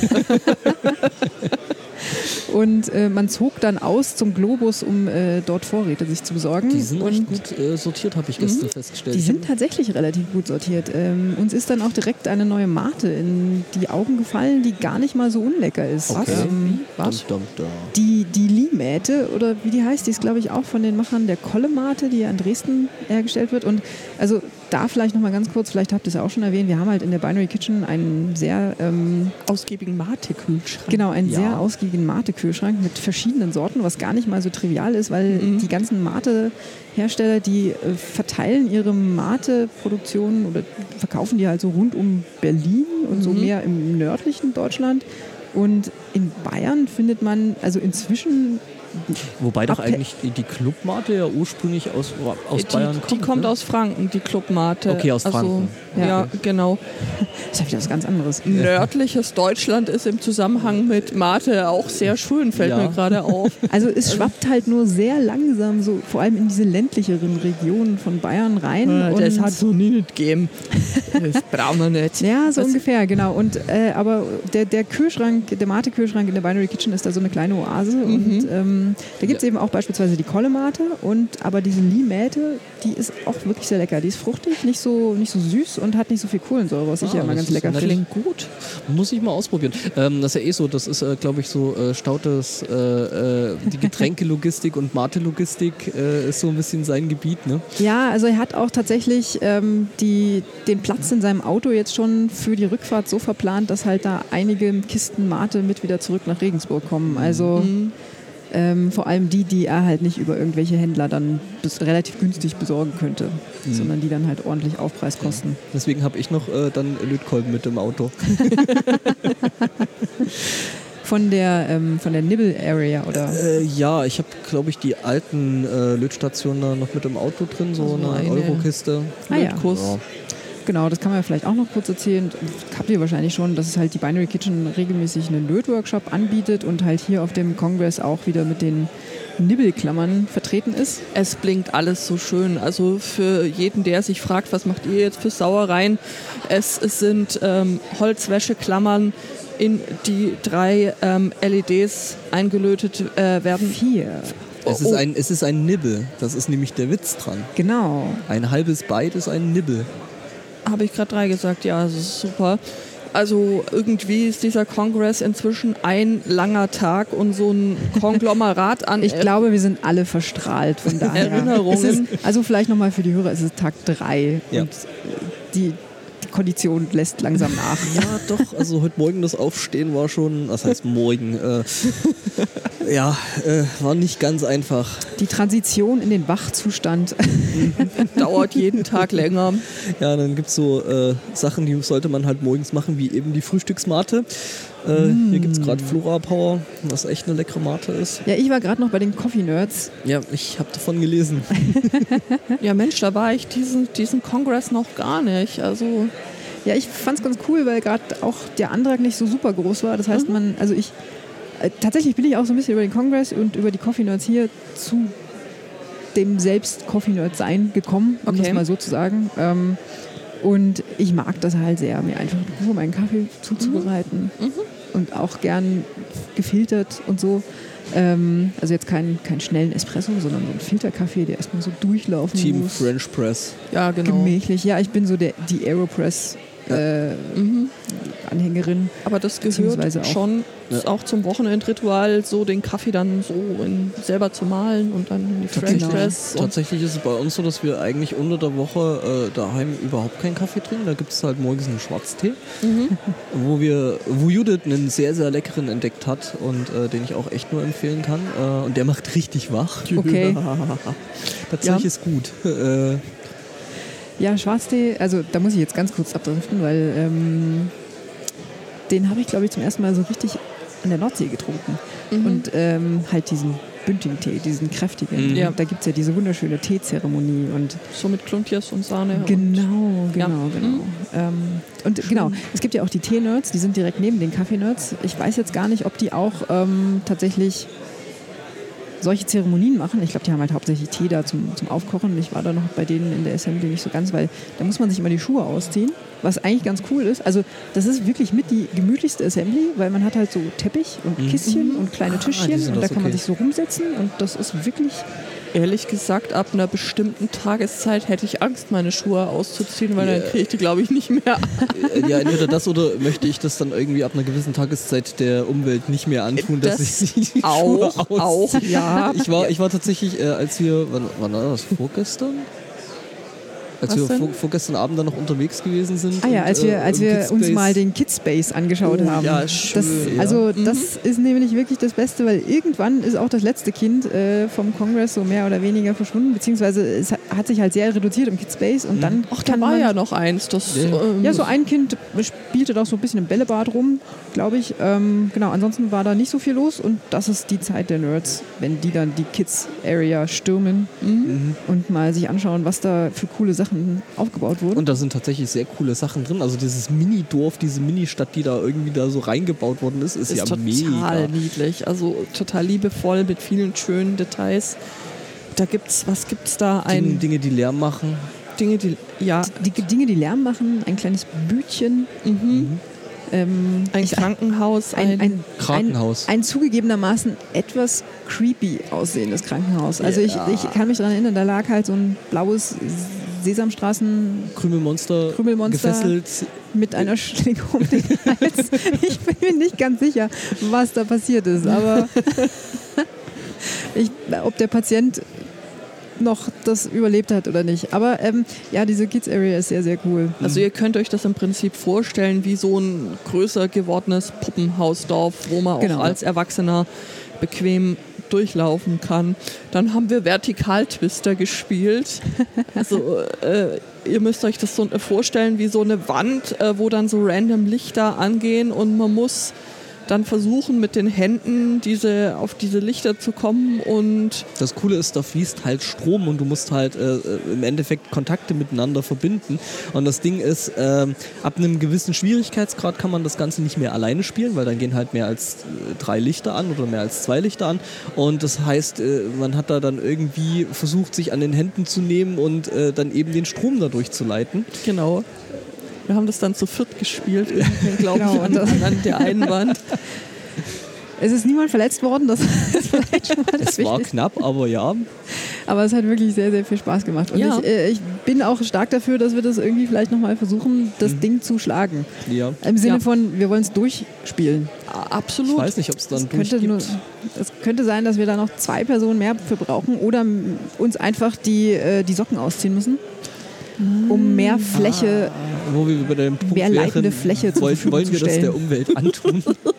Und äh, man zog dann aus zum Globus, um äh, dort Vorräte sich zu besorgen. Die sind und echt gut äh, sortiert, habe ich gestern festgestellt. Die Ich sind tatsächlich relativ gut sortiert. Ähm, uns ist dann auch direkt eine neue Mate in die Augen gefallen, die gar nicht mal so unlecker ist. Okay. Ähm, was? Dum, dum, dum. die die Lie-Mate, oder wie die heißt, die ist, glaube ich, auch von den Machern der Kolle-Mate, die ja in Dresden hergestellt wird. Und also da vielleicht nochmal ganz kurz, vielleicht habt ihr es ja auch schon erwähnt, wir haben halt in der Binary Kitchen einen sehr... Ähm, Ausgiebigen Mate-Kühlschrank. Genau, einen Ja. sehr ausgiebigen Mate-Kühlschrank mit verschiedenen Sorten, was gar nicht mal so trivial ist, weil Mhm. die ganzen Mate-Hersteller, die äh, verteilen ihre Mate-Produktionen oder verkaufen die halt so rund um Berlin und so Mhm. mehr im nördlichen Deutschland. Und in Bayern findet man, also inzwischen, Wobei doch Ab- eigentlich die, die Clubmate ja ursprünglich aus, aus die, Bayern kommt. Die kommt ne? aus Franken, die Clubmate. Okay, aus Franken. Ja, Ja. genau. ist ja wieder was ganz anderes. Nördliches Deutschland ist im Zusammenhang mit Mate auch sehr schön, fällt Ja. mir gerade auf. Also es schwappt halt nur sehr langsam, so vor allem in diese ländlicheren Regionen von Bayern rein. Äh, das und hat so nie nicht gegeben. Das brauchen wir nicht. Ja, so Das- ungefähr, genau. Und, äh, aber der, der Kühlschrank, der Mate-Kühlschrank in der Binary Kitchen ist da so eine kleine Oase. Mhm. Und ähm, da gibt es Ja. eben auch beispielsweise die Kolle-Mate. Und aber diese Lie-Mate, die ist auch wirklich sehr lecker. Die ist fruchtig, nicht so, nicht so süß und hat nicht so viel Kohlensäure, was ich Ah, ja immer das ganz ist lecker nett. finde. Klingt gut. Muss ich mal ausprobieren. Ähm, das ist ja eh so, das ist, äh, glaube ich, so äh, Stautes, äh, äh, die Getränkelogistik und Mate-Logistik äh, ist so ein bisschen sein Gebiet, ne? Ja, also er hat auch tatsächlich ähm, die, den Platz in seinem Auto jetzt schon für die Rückfahrt so verplant, dass halt da einige Kisten Mate mit wieder zurück nach Regensburg kommen. Also Mhm. ähm, vor allem die, die er halt nicht über irgendwelche Händler dann bis relativ günstig besorgen könnte, Mhm. sondern die dann halt ordentlich Aufpreis kosten. Deswegen habe ich noch äh, dann Lötkolben mit im Auto. Von der, ähm, von der Nibble-Area, oder? Äh, ja, ich habe, glaube ich, die alten äh, Lötstationen da noch mit im Auto drin, so Also eine, eine- Eurokiste. Ah ja. Lötkuss. Ja. Genau, das kann man ja vielleicht auch noch kurz erzählen. Habt ihr wahrscheinlich schon, dass es halt die Binary Kitchen regelmäßig einen Lötworkshop anbietet und halt hier auf dem Congress auch wieder mit den Nibbelklammern vertreten ist. Es blinkt alles so schön. Also für jeden, der sich fragt, was macht ihr jetzt für Sauereien? Es, es sind ähm, Holzwäscheklammern, in die drei ähm, L E Ds eingelötet äh, werden. Vier. Es, Oh, ist oh. ein, es ist ein Nibbel, das ist nämlich der Witz dran. Genau. Ein halbes Byte ist ein Nibbel. Habe ich gerade drei gesagt, ja, das ist super. Also irgendwie ist dieser Kongress inzwischen ein langer Tag und so ein Konglomerat an Ich glaube, wir sind alle verstrahlt von daher. Erinnerungen. Es ist, also vielleicht nochmal für die Hörer, es ist Tag drei Ja. und die, die Kondition lässt langsam nach. Ja, doch, also heute Morgen das Aufstehen war schon, was heißt morgen, äh, ja, äh, war nicht ganz einfach. Die Transition in den Wachzustand. dauert jeden Tag länger. Ja, dann gibt es so äh, Sachen, die sollte man halt morgens machen, wie eben die Frühstücksmate. Äh, Mm. Hier gibt es gerade Flora Power, was echt eine leckere Mate ist. Ja, ich war gerade noch bei den Coffee Nerds. Ja, ich habe davon gelesen. Ja Mensch, da war ich diesen, diesen Kongress noch gar nicht. Also Ja, ich fand es ganz cool, weil gerade auch der Antrag nicht so super groß war. Das heißt, man, also ich, äh, tatsächlich bin ich auch so ein bisschen über den Kongress und über die Coffee Nerds hier zu dem selbst Coffee Nerd sein gekommen, um Okay. das mal so zu sagen. Ähm, und ich mag das halt sehr, mir einfach in Ruhe meinen Kaffee zuzubereiten Mhm. und auch gern gefiltert und so. Ähm, also jetzt keinen keinen schnellen Espresso, sondern so einen Filterkaffee, der erstmal so durchlaufen Team muss. French Press. ja, genau. Gemächlich. Ja, ich bin so der, die Aeropress äh, Mhm. Anhängerin. Aber das Beziehungsweise gehört auch- schon Ja. auch zum Wochenendritual, so den Kaffee dann so in, selber zu mahlen und dann in die French Tatsächlich, Press. Und tatsächlich ist es bei uns so, dass wir eigentlich unter der Woche äh, daheim überhaupt keinen Kaffee trinken. Da gibt es halt morgens einen Schwarztee, wo wir, wo Judith einen sehr, sehr leckeren entdeckt hat und äh, den ich auch echt nur empfehlen kann. Äh, und der macht richtig wach. Okay. Tatsächlich Ja. ist gut. Äh, Ja, Schwarztee, also da muss ich jetzt ganz kurz abdriften, weil ähm, den habe ich, glaube ich, zum ersten Mal so richtig an der Nordsee getrunken. Und ähm, halt diesen Bünding-Tee, diesen kräftigen. Mhm. Ja. Da gibt es ja diese wunderschöne Teezeremonie und so mit Kluntjes und Sahne. Und genau, genau, Ja. genau. Ähm, und genau, es gibt ja auch die Tee-Nerds, die sind direkt neben den Kaffee-Nerds. Ich weiß jetzt gar nicht, ob die auch ähm, tatsächlich solche Zeremonien machen. Ich glaube, die haben halt hauptsächlich Tee da zum, zum Aufkochen. Ich war da noch bei denen in der Assembly nicht so ganz, weil da muss man sich immer die Schuhe ausziehen, was eigentlich ganz cool ist. Also das ist wirklich mit die gemütlichste Assembly, weil man hat halt so Teppich und Kistchen und kleine Ah, die Tischchen sind und da das, kann man okay. sich so rumsetzen und das ist wirklich... ehrlich gesagt, ab einer bestimmten Tageszeit hätte ich Angst, meine Schuhe auszuziehen, weil Ja. dann kriege ich die, glaube ich, nicht mehr. äh, ja, entweder das oder möchte ich das dann irgendwie ab einer gewissen Tageszeit der Umwelt nicht mehr antun, dass Das ich die Schuhe auch, ausziehe. auch, ja. Ich war, ich war tatsächlich, äh, als wir, wann, wann war das, vorgestern? Als Was wir denn? vor, vorgestern Abend dann noch unterwegs gewesen sind. Ah ja, und, als wir, äh, als im wir Kidspace. uns mal den Kidspace angeschaut Oh, haben. ja, schön, das, ja. Also das ist nämlich wirklich das Beste, weil irgendwann ist auch das letzte Kind äh, vom Kongress so mehr oder weniger verschwunden, beziehungsweise es hat, hat sich halt sehr reduziert im Kidspace und dann Ach, da kann war man, ja noch eins. Das, Ja. ähm, ja, so ein Kind spielte doch so ein bisschen im Bällebad rum, glaube ich. Ähm, genau, ansonsten war da nicht so viel los und das ist die Zeit der Nerds, wenn die dann die Kids-Area stürmen und mal sich anschauen, was da für coole Sachen aufgebaut wurden. Und da sind tatsächlich sehr coole Sachen drin. Also dieses Mini-Dorf, diese Mini-Stadt, die da irgendwie da so reingebaut worden ist, ist, ist ja total mega. niedlich. Also total liebevoll mit vielen schönen Details. Da gibt's, was gibt's da? Dinge, Ein, Dinge, die Lärm machen. Dinge, die, ja, die Dinge, die Lärm machen, ein kleines Bütchen, ähm, ein ich- Krankenhaus, ein, ein, Krankenhaus. Ein, ein zugegebenermaßen etwas creepy aussehendes Krankenhaus. Also ich, Ja. ich kann mich daran erinnern, da lag halt so ein blaues Sesamstraßen Krümelmonster, Krümelmonster. gefesselt. mit einer Schlinge um den Hals. Ich bin mir nicht ganz sicher, was da passiert ist, aber ich, ob der Patient noch das überlebt hat oder nicht. Aber ähm, ja, diese Kids Area ist sehr, sehr cool. Also ihr könnt euch das im Prinzip vorstellen wie so ein größer gewordenes Puppenhausdorf, wo man Genau. auch als Erwachsener bequem durchlaufen kann. Dann haben wir Vertikaltwister gespielt. Also äh, ihr müsst euch das so vorstellen wie so eine Wand, äh, wo dann so random Lichter angehen und man muss dann versuchen mit den Händen diese, auf diese Lichter zu kommen und Das Coole ist, da fließt halt Strom und du musst halt äh, im Endeffekt Kontakte miteinander verbinden. Und das Ding ist, ähm, ab einem gewissen Schwierigkeitsgrad kann man das Ganze nicht mehr alleine spielen, weil dann gehen halt mehr als äh, drei Lichter an oder mehr als zwei Lichter an. Und das heißt, äh, man hat da dann irgendwie versucht, sich an den Händen zu nehmen und äh, dann eben den Strom dadurch zu leiten. genau. Wir haben das dann zu viert gespielt, glaube Genau, ich, an, und das- an der einen Wand. Es ist niemand verletzt worden, das ist vielleicht schon mal das Es war Wichtigste. knapp, aber ja. Aber es hat wirklich sehr, sehr viel Spaß gemacht. Und Ja. ich, äh, ich bin auch stark dafür, dass wir das irgendwie vielleicht nochmal versuchen, das Mhm. Ding zu schlagen. ja. Im Sinne Ja. von, wir wollen es durchspielen. A- Ich Absolut. weiß nicht, ob es dann Es könnte, durchgibt. nur, es könnte sein, dass wir da noch zwei Personen mehr für brauchen oder m- uns einfach die, äh, die Socken ausziehen müssen, um mehr Fläche. Wo wir bei dem Punkt mehr leitende wären, Fläche zur wollen, Verfügung wollen zu wir das stellen. der Umwelt antun?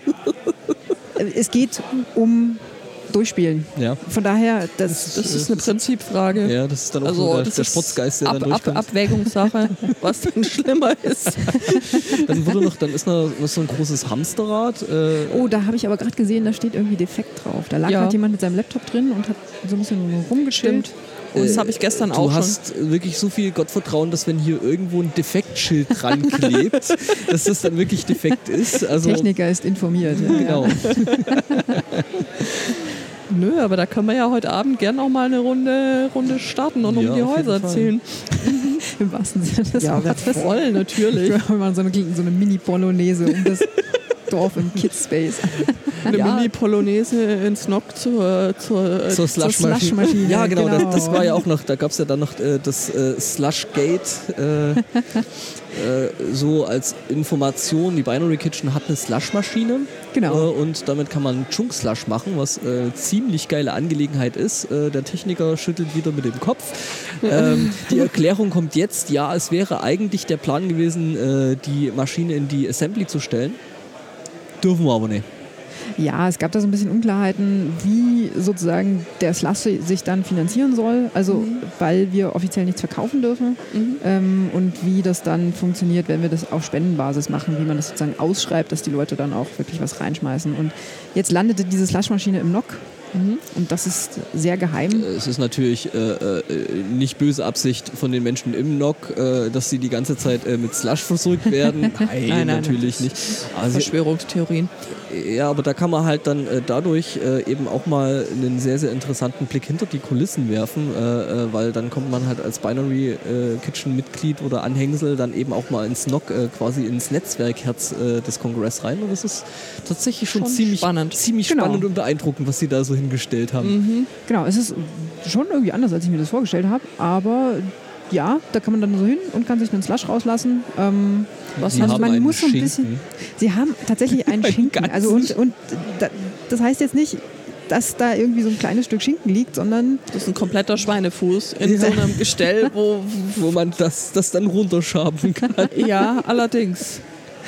Äh, Es geht um Durchspielen. ja. Von daher, das, Das ist eine Prinzipfrage. ja, das ist dann auch Also so der, das der ist Sportsgeist, der Ab, dann Ab, durchkommt. Abwägungssache, was denn schlimmer ist. Dann wurde noch, dann ist noch so ein großes Hamsterrad. Äh, oh, da habe ich aber gerade gesehen, da steht irgendwie defekt drauf. Da lag Ja. halt jemand mit seinem Laptop drin und hat so ein bisschen rumgechillt. Und das habe ich gestern du auch schon. hast wirklich so viel Gottvertrauen, dass wenn hier irgendwo ein Defektschild dran klebt, dass das dann wirklich defekt ist. Also, Techniker ist informiert. Ja, Genau. Nö, aber da können wir ja heute Abend gern auch mal eine Runde, Runde starten und Ja, um die auf jeden Häuser Fall. zählen. Im wahrsten Sinne des Ja, Wortes. voll, natürlich. Wir machen so eine, so eine Mini-Polonaise um das Dorf im Kidspace. Eine Ja. Mini-Polonaise ins Nock zur, zur, Zur Slushmaschine. Slushmaschine, Ja, genau, genau. Das, das war ja auch noch, da gab es ja dann noch äh, das äh, Slushgate, äh, äh, so als Information. Die Binary Kitchen hat eine Slushmaschine. Genau. Äh, und damit kann man Chunk-Slush machen, was äh, ziemlich geile Angelegenheit ist. Äh, der Techniker schüttelt wieder mit dem Kopf. Ähm, die Erklärung kommt jetzt. Ja, es wäre eigentlich der Plan gewesen, äh, die Maschine in die Assembly zu stellen. Dürfen wir aber nicht. Ja, es gab da so ein bisschen Unklarheiten, wie sozusagen der Slush sich dann finanzieren soll, also Mhm. weil wir offiziell nichts verkaufen dürfen Mhm. ähm, und wie das dann funktioniert, wenn wir das auf Spendenbasis machen, wie man das sozusagen ausschreibt, dass die Leute dann auch wirklich was reinschmeißen. Und jetzt landete diese Slushmaschine im Nock Mhm. und das ist sehr geheim. Es ist natürlich äh, äh, nicht böse Absicht von den Menschen im Nock, äh, dass sie die ganze Zeit äh, mit Slush versorgt werden. Nein, Nein, nein, natürlich nein. nicht. Also, Verschwörungstheorien. ja, aber da kann man halt dann äh, dadurch äh, eben auch mal einen sehr, sehr interessanten Blick hinter die Kulissen werfen, äh, äh, weil dann kommt man halt als Binary äh, Kitchen Mitglied oder Anhängsel dann eben auch mal ins Nock, äh, quasi ins Netzwerkherz äh, des Kongress rein. Und das ist tatsächlich schon, Schon ziemlich spannend. ziemlich Genau. spannend und beeindruckend, was sie da so hingestellt haben. Mhm. Genau, es ist schon irgendwie anders, als ich mir das vorgestellt habe, aber ja, da kann man dann so hin und kann sich einen Slush rauslassen. Ähm, Was Sie hast haben man einen muss so ein Schinken. bisschen. Sie haben tatsächlich einen Einen Schinken. ganzen Also und, und da, das heißt jetzt nicht, dass da irgendwie so ein kleines Stück Schinken liegt, sondern Das ist ein kompletter Schweinefuß in so einem Gestell, wo. Wo man das, das dann runterschaben kann. Ja, allerdings.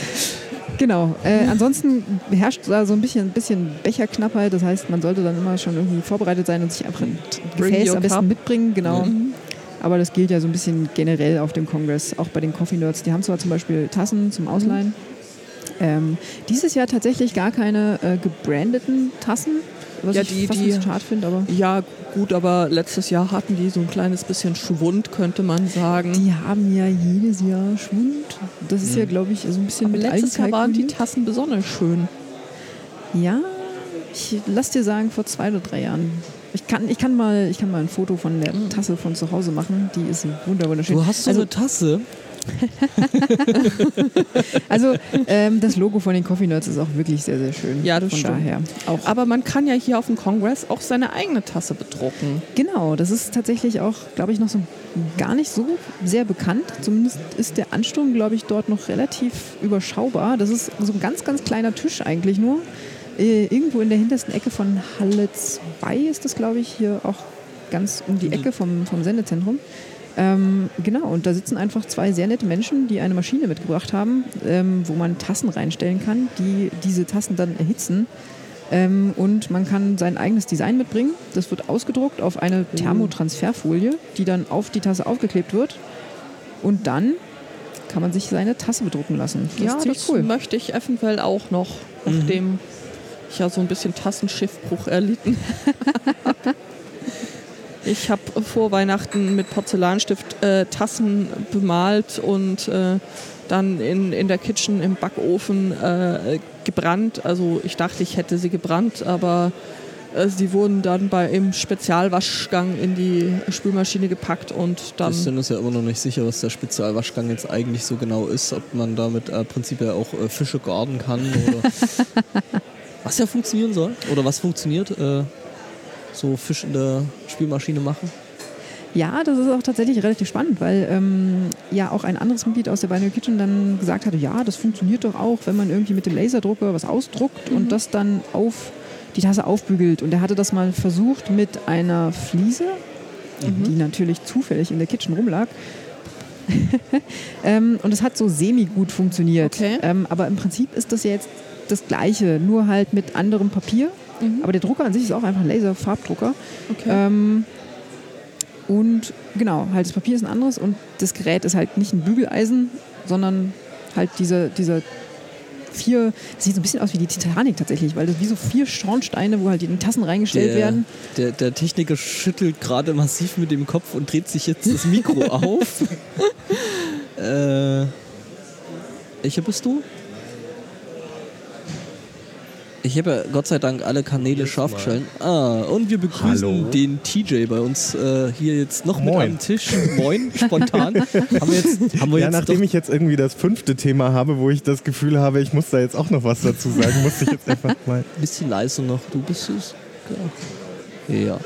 genau. Äh, ansonsten herrscht da so ein bisschen, bisschen Becherknappheit. Das heißt, man sollte dann immer schon irgendwie vorbereitet sein und sich einfach ein Bring Gefäß your am besten cup. mitbringen. Genau. Mhm. Aber das gilt ja so ein bisschen generell auf dem Kongress, auch bei den Coffee Nerds. Die haben zwar zum Beispiel Tassen zum Ausleihen. Ähm, dieses Jahr tatsächlich gar keine äh, gebrandeten Tassen, was Ja, ich die- fast die- ein bisschen schade finde, aber Ja, gut, aber letztes Jahr hatten die so ein kleines bisschen Schwund, könnte man sagen. die haben ja jedes Jahr Schwund. Das ist ja, glaube ich, so ein bisschen aber mit letztes Jahr waren die einkalkuliert. Tassen besonders schön. Ja, ich lass dir sagen, vor zwei oder drei Jahren. Ich kann, ich kann, mal, ich kann mal ein Foto von der Tasse von zu Hause machen. Die ist wunder- wunderschön. Du hast so also, eine Tasse. also ähm, das Logo von den Coffee Nerds ist auch wirklich sehr, sehr schön. Ja, das von stimmt. daher auch. Aber man kann ja hier auf dem Kongress auch seine eigene Tasse bedrucken. Genau, das ist tatsächlich auch, glaube ich, noch so gar nicht so sehr bekannt. Zumindest ist der Ansturm, glaube ich, dort noch relativ überschaubar. Das ist so ein ganz, ganz kleiner Tisch eigentlich nur. Äh, irgendwo in der hintersten Ecke von Halle zwei ist das, glaube ich, hier auch ganz um die Ecke vom, vom Sendezentrum. Ähm, genau, und da sitzen einfach zwei sehr nette Menschen, die eine Maschine mitgebracht haben, ähm, wo man Tassen reinstellen kann, die diese Tassen dann erhitzen. Ähm, und man kann sein eigenes Design mitbringen. Das wird ausgedruckt auf eine Thermotransferfolie, die dann auf die Tasse aufgeklebt wird. Und dann kann man sich seine Tasse bedrucken lassen. Das ja, ist ziemlich das cool. möchte ich eventuell auch noch, nachdem ich ja so ein bisschen Tassenschiffbruch erlitten. Ich habe vor Weihnachten mit Porzellanstift äh, Tassen bemalt und äh, dann in, in der Kitchen im Backofen äh, gebrannt. Also ich dachte, ich hätte sie gebrannt, aber äh, sie wurden dann bei im Spezialwaschgang in die Spülmaschine gepackt und dann... Wir sind uns ja immer noch nicht sicher, was der Spezialwaschgang jetzt eigentlich so genau ist, ob man damit äh, prinzipiell auch äh, Fische garen kann oder was ja funktionieren soll oder was funktioniert, äh, so Fisch in der Spülmaschine machen. Ja, das ist auch tatsächlich relativ spannend, weil ähm, ja auch ein anderes Mitglied aus der Binary Kitchen dann gesagt hatte, ja, das funktioniert doch auch, wenn man irgendwie mit dem Laserdrucker was ausdruckt und das dann auf die Tasse aufbügelt. Und er hatte das mal versucht mit einer Fliese, die natürlich zufällig in der Kitchen rumlag. ähm, und es hat so semi-gut funktioniert. Okay. Ähm, aber im Prinzip ist das ja jetzt das Gleiche, nur halt mit anderem Papier. Mhm. Aber der Drucker an sich ist auch einfach ein Laser-Farbdrucker. Okay. Ähm, und genau, halt das Papier ist ein anderes und das Gerät ist halt nicht ein Bügeleisen, sondern halt diese, diese vier, das sieht so ein bisschen aus wie die Titanic tatsächlich, weil das wie so vier Schornsteine, wo halt die Tassen reingestellt Der, werden. der, der Techniker schüttelt gerade massiv mit dem Kopf und dreht sich jetzt das Mikro auf. Äh, welcher bist du? Ich habe ja Gott sei Dank alle Kanäle scharf geschaltet. Ah, und wir begrüßen Hallo. den T J bei uns äh, hier jetzt noch mit Moin. am Tisch. Moin, spontan. haben wir jetzt, haben wir Ja, jetzt nachdem doch ich jetzt irgendwie das fünfte Thema habe, wo ich das Gefühl habe, ich muss da jetzt auch noch was dazu sagen, muss ich jetzt einfach mal... ein bisschen leiser noch. Du bist es? Ja. ja.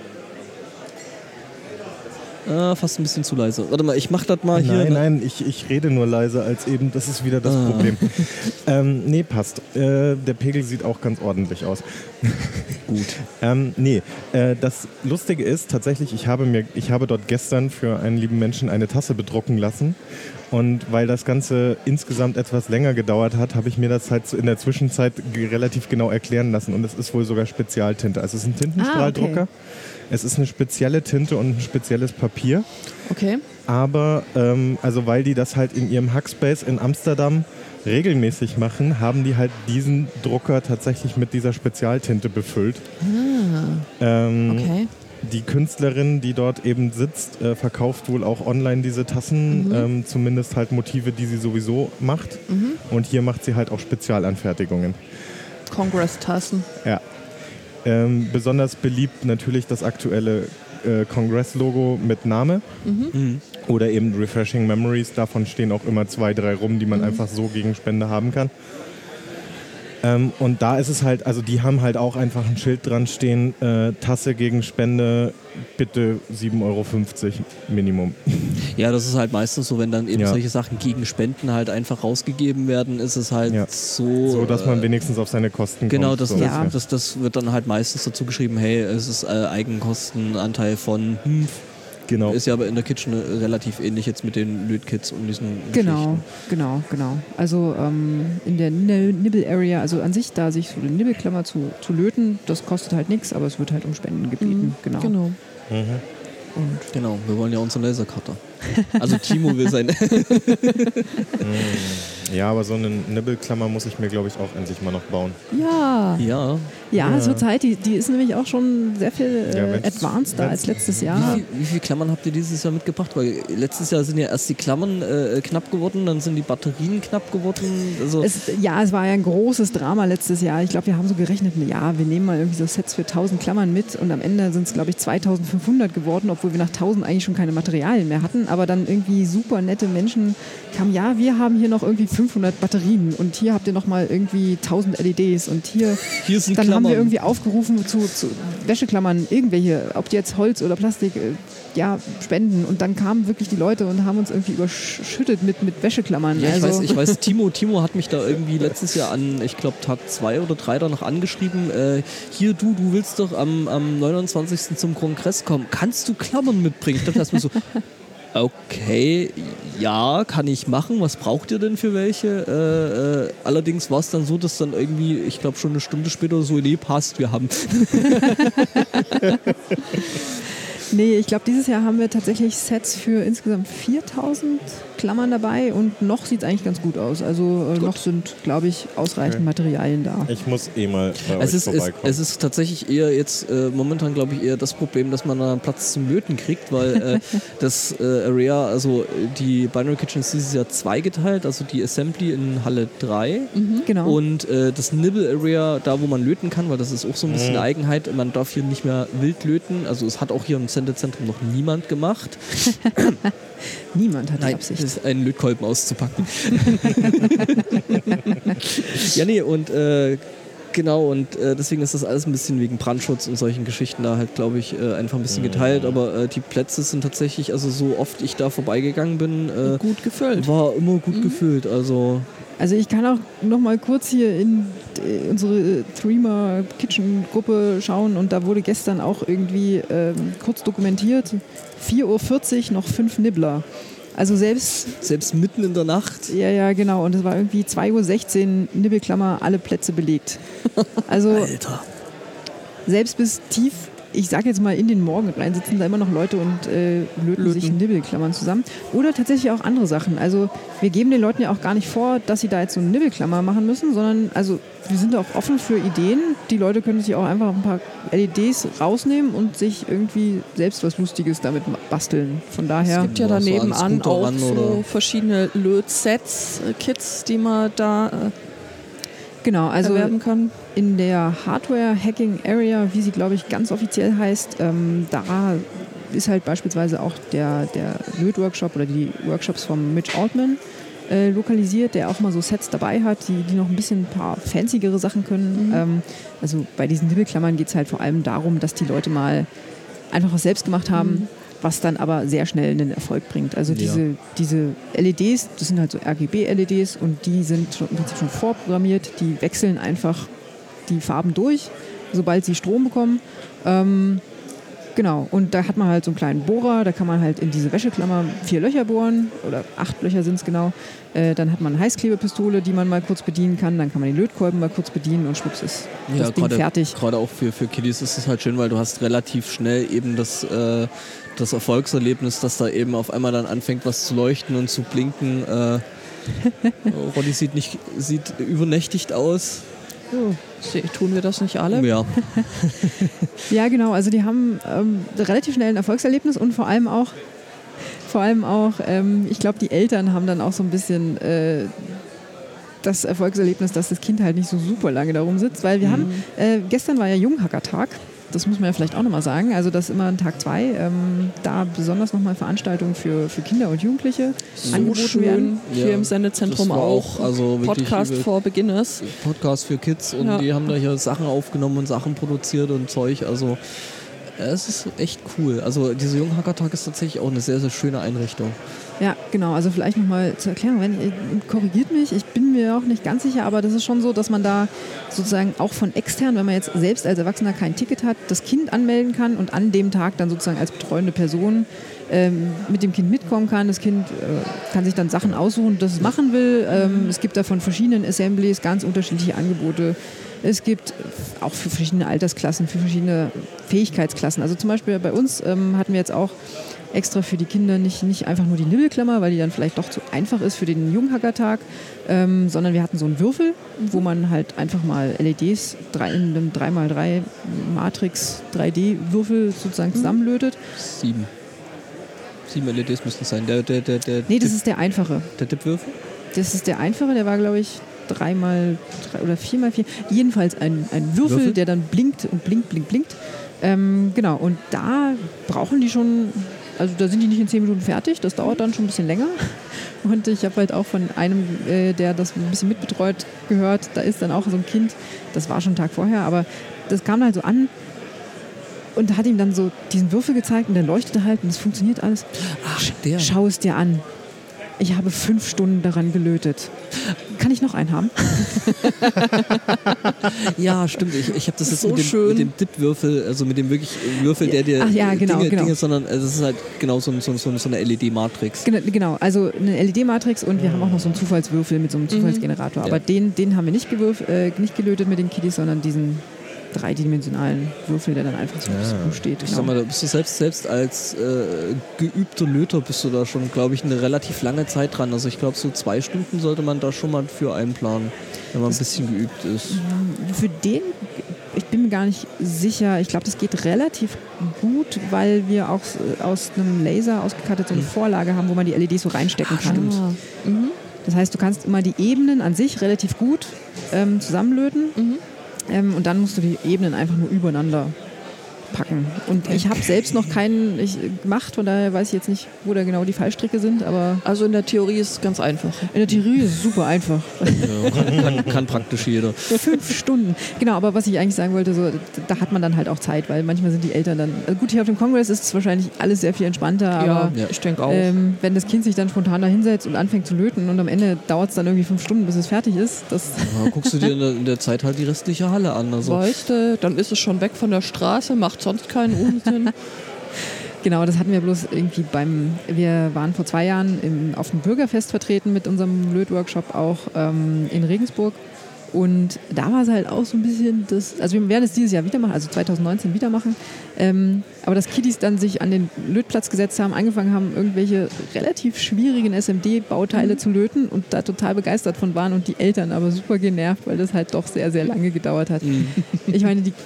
Ah, fast ein bisschen zu leise. Warte mal, ich mach das mal hier. Nein, ne? nein, ich, ich rede nur leiser als eben, das ist wieder das Ah. Problem. ähm, nee, passt. Äh, der Pegel sieht auch ganz ordentlich aus. Gut. Ähm, nee, äh, das Lustige ist tatsächlich, ich habe, mir, ich habe dort gestern für einen lieben Menschen eine Tasse bedrucken lassen. Und weil das Ganze insgesamt etwas länger gedauert hat, habe ich mir das halt so in der Zwischenzeit ge- relativ genau erklären lassen. Und es ist wohl sogar Spezialtinte. Also es ist ein Tintenstrahldrucker. Ah, okay. Es ist eine spezielle Tinte und ein spezielles Papier. Okay. Aber, ähm, also weil die das halt in ihrem Hackspace in Amsterdam regelmäßig machen, haben die halt diesen Drucker tatsächlich mit dieser Spezialtinte befüllt. Ähm, Okay. Die Künstlerin, die dort eben sitzt, äh, verkauft wohl auch online diese Tassen, Mhm. ähm, zumindest halt Motive, die sie sowieso macht. Mhm. Und hier macht sie halt auch Spezialanfertigungen. Congress-Tassen. Ja. Ähm, besonders beliebt natürlich das aktuelle äh, Congress-Logo mit Name Mhm. oder eben Refreshing Memories. Davon stehen auch immer zwei, drei rum, die man einfach so gegen Spende haben kann. Ähm, und da ist es halt, also die haben halt auch einfach ein Schild dran stehen, äh, Tasse gegen Spende, bitte sieben Euro fünfzig Minimum. Ja, das ist halt meistens so, wenn dann eben Ja. solche Sachen gegen Spenden halt einfach rausgegeben werden, ist es halt Ja. so. So, dass man äh, wenigstens auf seine Kosten Genau, kommt. das, so. das, Ja. das, das wird dann halt meistens dazu geschrieben, hey, es ist äh, Eigenkostenanteil von, hm, Genau. ist ja aber in der Kitchen äh, relativ ähnlich jetzt mit den Lötkits und diesen Genau, Geschichten. genau, genau. Also ähm, in der Ni- Nibble-Area, also an sich da sich so eine Nibbelklammer zu, zu löten, das kostet halt nichts, aber es wird halt um Spenden gebeten. Genau. Genau. Mhm. Und Genau, wir wollen ja unseren Lasercutter. Also Timo will sein. Ja, aber so eine Nibbelklammer muss ich mir, glaube ich, auch endlich mal noch bauen. ja, ja. ja, Ja. zur Zeit, die, die ist nämlich auch schon sehr viel Ja, äh, wenn's- advanced da wenn's- als letztes Wie, Jahr. viel, wie viele Klammern habt ihr dieses Jahr mitgebracht? Weil letztes Jahr sind ja erst die Klammern äh, knapp geworden, dann sind die Batterien knapp geworden. Also Es, ja, es war ja ein großes Drama letztes Jahr. Ich glaube, wir haben so gerechnet, ja, wir nehmen mal irgendwie so Sets für tausend Klammern mit und am Ende sind es, glaube ich, zweitausendfünfhundert geworden, obwohl wir nach tausend eigentlich schon keine Materialien mehr hatten. Aber dann irgendwie super nette Menschen kamen, ja, wir haben hier noch irgendwie fünfhundert Batterien und hier habt ihr noch mal irgendwie tausend L E Ds und hier, hier sind dann haben Klammern. wir irgendwie aufgerufen zu, zu Wäscheklammern, irgendwelche, ob die jetzt Holz oder Plastik, äh, ja, spenden. Und dann kamen wirklich die Leute und haben uns irgendwie überschüttet mit, mit Wäscheklammern. Ja, ich also, weiß, ich weiß, Timo, Timo hat mich da irgendwie letztes Jahr an, ich glaube Tag zwei oder drei danach angeschrieben, äh, hier du, du willst doch am, am neunundzwanzigsten zum Kongress kommen, kannst du Klammern mitbringen? Ich dachte erstmal so, okay, ja, kann ich machen, was braucht ihr denn für welche? Äh, äh, allerdings war es dann so, dass dann irgendwie, ich glaube schon eine Stunde später so, nee, passt, wir haben. Nee, ich glaube, dieses Jahr haben wir tatsächlich Sets für insgesamt viertausend Klammern dabei und noch sieht es eigentlich ganz gut aus. Also äh, noch sind, glaube ich, ausreichend Okay. Materialien da. Ich muss eh mal bei Es euch ist, es, vorbeikommen. es ist tatsächlich eher jetzt äh, momentan, glaube ich, eher das Problem, dass man da Platz zum Löten kriegt, weil äh, das äh, Area, also äh, die Binary Kitchen ist dieses Jahr zweigeteilt, also die Assembly in Halle drei Genau. und äh, das Nibble Area, da wo man löten kann, weil das ist auch so ein bisschen Mhm. eine Eigenheit, man darf hier nicht mehr wild löten, also es hat auch hier im Sendezentrum noch niemand gemacht. Niemand hat die Nein, Absicht. das ist einen Lötkolben auszupacken. Ja, nee, und äh, genau, und äh, deswegen ist das alles ein bisschen wegen Brandschutz und solchen Geschichten da halt, glaube ich, äh, einfach ein bisschen geteilt. Aber äh, die Plätze sind tatsächlich, also so oft ich da vorbeigegangen bin, äh, Gut gefüllt. war immer gut gefüllt. Also Also ich kann auch noch mal kurz hier in äh, unsere Threema Kitchen Gruppe schauen und da wurde gestern auch irgendwie ähm, kurz dokumentiert, vier Uhr vierzig noch fünf Nibbler. Also selbst, selbst mitten in der Nacht. ja, ja, genau, und es war irgendwie zwei Uhr sechzehn, Nibbelklammer, alle Plätze belegt. Also Alter. selbst bis tief, ich sag jetzt mal in den Morgen rein, sitzen da immer noch Leute und äh, löten, Löten. sich Nibbelklammern zusammen. Oder tatsächlich auch andere Sachen. Also wir geben den Leuten ja auch gar nicht vor, dass sie da jetzt so eine Nibbelklammer machen müssen, sondern also wir sind auch offen für Ideen. Die Leute können sich auch einfach ein paar L E Ds rausnehmen und sich irgendwie selbst was Lustiges damit basteln. Von daher, Es gibt ja Ja, so an daneben an Scooter auch ran so oder- verschiedene Lötsets, äh, Kits, die man da äh, Genau, also erwerben kann. in der Hardware-Hacking-Area, wie sie, glaube ich, ganz offiziell heißt, ähm, da ist halt beispielsweise auch der, der Lötworkshop oder die Workshops von Mitch Altman äh, lokalisiert, der auch mal so Sets dabei hat, die, die noch ein bisschen ein paar fanzigere Sachen können. Mhm. Ähm, also bei diesen Nibbelklammern geht es halt vor allem darum, dass die Leute mal einfach was selbst gemacht haben, mhm. was dann aber sehr schnell einen Erfolg bringt. Also ja. diese, diese L E Ds, das sind halt so R G B-L E Ds und die sind schon, im Prinzip schon vorprogrammiert, die wechseln einfach die Farben durch, sobald sie Strom bekommen. Ähm, genau, und da hat man halt so einen kleinen Bohrer, da kann man halt in diese Wäscheklammer vier Löcher bohren, oder acht Löcher sind es genau. Äh, dann hat man eine Heißklebepistole, die man mal kurz bedienen kann, dann kann man den Lötkolben mal kurz bedienen und schwupps ist ja, das Ding grade, fertig. Gerade auch für, für Kiddies ist es halt schön, weil du hast relativ schnell eben das, äh, das Erfolgserlebnis, dass da eben auf einmal dann anfängt, was zu leuchten und zu blinken. Äh, Roddy sieht, nicht, sieht übernächtigt aus. Oh, tun wir das nicht alle? Ja. Ja, genau. Also die haben ähm, relativ schnell ein Erfolgserlebnis und vor allem auch, vor allem auch, ähm, ich glaube, die Eltern haben dann auch so ein bisschen äh, das Erfolgserlebnis, dass das Kind halt nicht so super lange da rumsitzt, weil wir mhm. haben, äh, gestern war ja Junghackertag. Das muss man ja vielleicht auch nochmal sagen. Also das ist immer ein Tag zwei. Ähm, da besonders nochmal Veranstaltungen für, für Kinder und Jugendliche so angeboten schön. werden. Hier ja, im Sendezentrum auch. auch also Podcast for Beginners. Podcast für Kids und ja. die haben da hier Sachen aufgenommen und Sachen produziert und Zeug. Also es ist echt cool. Also dieser Junghackertag ist tatsächlich auch eine sehr, sehr schöne Einrichtung. Ja, genau. Also vielleicht nochmal zur Erklärung. Wenn, korrigiert mich, ich bin mir auch nicht ganz sicher, aber das ist schon so, dass man da sozusagen auch von extern, wenn man jetzt selbst als Erwachsener kein Ticket hat, das Kind anmelden kann und an dem Tag dann sozusagen als betreuende Person ähm, mit dem Kind mitkommen kann. Das Kind äh, kann sich dann Sachen aussuchen, das es machen will. Ähm, es gibt da von verschiedenen Assemblies ganz unterschiedliche Angebote. Es gibt auch für verschiedene Altersklassen, für verschiedene Fähigkeitsklassen. Also zum Beispiel bei uns ähm, hatten wir jetzt auch extra für die Kinder nicht, nicht einfach nur die Nibbelklammer, weil die dann vielleicht doch zu einfach ist für den Junghackertag, ähm, sondern wir hatten so einen Würfel, wo man halt einfach mal L E Ds drei, in einem drei mal drei Matrix drei D-Würfel sozusagen zusammenlötet. Sieben. Sieben L E Ds müssten es sein. Der, der, der, der nee, das ist der einfache. Der Tippwürfel? Das ist der einfache, der war, glaube ich, drei mal drei oder vier mal vier. Jedenfalls ein, ein Würfel, Würfel, der dann blinkt und blinkt, blinkt, blinkt. Ähm, genau, und da brauchen die schon, also da sind die nicht in zehn Minuten fertig, das dauert dann schon ein bisschen länger. Und ich habe halt auch von einem, äh, der das ein bisschen mitbetreut, gehört, da ist dann auch so ein Kind, das war schon einen Tag vorher, aber das kam halt so an und hat ihm dann so diesen Würfel gezeigt und der leuchtete halt und es funktioniert alles. Ach, der. Schau es dir an. Ich habe fünf Stunden daran gelötet. Kann ich noch einen haben? Ja, stimmt. Ich, ich habe das jetzt so mit dem, schön. mit dem Dip-Würfel, also mit dem wirklich Würfel, der dir Ach, ja, genau, Dinge, genau. Dinge, sondern es ist halt genau so, so, so, so eine L E D-Matrix. Genau, also eine L E D-Matrix und wir haben auch noch so einen Zufallswürfel mit so einem Zufallsgenerator. Aber Ja. den, den haben wir nicht, gewürf, äh, nicht gelötet mit den Kiddies, sondern diesen dreidimensionalen Würfel, der dann einfach so Ja. steht. Ich Genau. sag mal, da bist du selbst, selbst als äh, geübter Löter bist du da schon, glaube ich, eine relativ lange Zeit dran. Also ich glaube, so zwei Stunden sollte man da schon mal für einplanen, wenn man ein bisschen geübt ist. Für den, ich bin mir gar nicht sicher, ich glaube, das geht relativ gut, weil wir auch aus einem Laser ausgekattet so eine Vorlage haben, wo man die L E Ds so reinstecken Ach, kann. stimmt. Mhm. Das heißt, du kannst immer die Ebenen an sich relativ gut ähm, zusammenlöten. Mhm. Ähm, und dann musst du die Ebenen einfach nur übereinander packen. Und ich habe selbst noch keinen ich, gemacht, von daher weiß ich jetzt nicht, wo da genau die Fallstricke sind, aber Also in der Theorie ist es ganz einfach. in der Theorie ist es super einfach. Ja, kann, kann, kann praktisch jeder. Fünf Stunden. Genau, aber was ich eigentlich sagen wollte, so, da hat man dann halt auch Zeit, weil manchmal sind die Eltern dann, also gut, hier auf dem Kongress ist es wahrscheinlich alles sehr viel entspannter, aber Ja. ich denke auch. ähm, wenn das Kind sich dann spontan da hinsetzt und anfängt zu löten und am Ende dauert es dann irgendwie fünf Stunden, bis es fertig ist, das Ja, guckst du dir in der, in der Zeit halt die restliche Halle an. Also. Weißt du, dann ist es schon weg von der Straße, macht sonst keinen Unsinn. Genau, das hatten wir bloß irgendwie beim, wir waren vor zwei Jahren im, auf dem Bürgerfest vertreten mit unserem Lötworkshop auch ähm, in Regensburg und da war es halt auch so ein bisschen das, also wir werden es dieses Jahr wieder machen, also zwanzig neunzehn wieder machen, ähm, aber dass Kiddies dann sich an den Lötplatz gesetzt haben, angefangen haben, irgendwelche relativ schwierigen S M D-Bauteile mhm. zu löten und da total begeistert von waren und die Eltern aber super genervt, weil das halt doch sehr, sehr lange gedauert hat. Mhm. Ich meine, die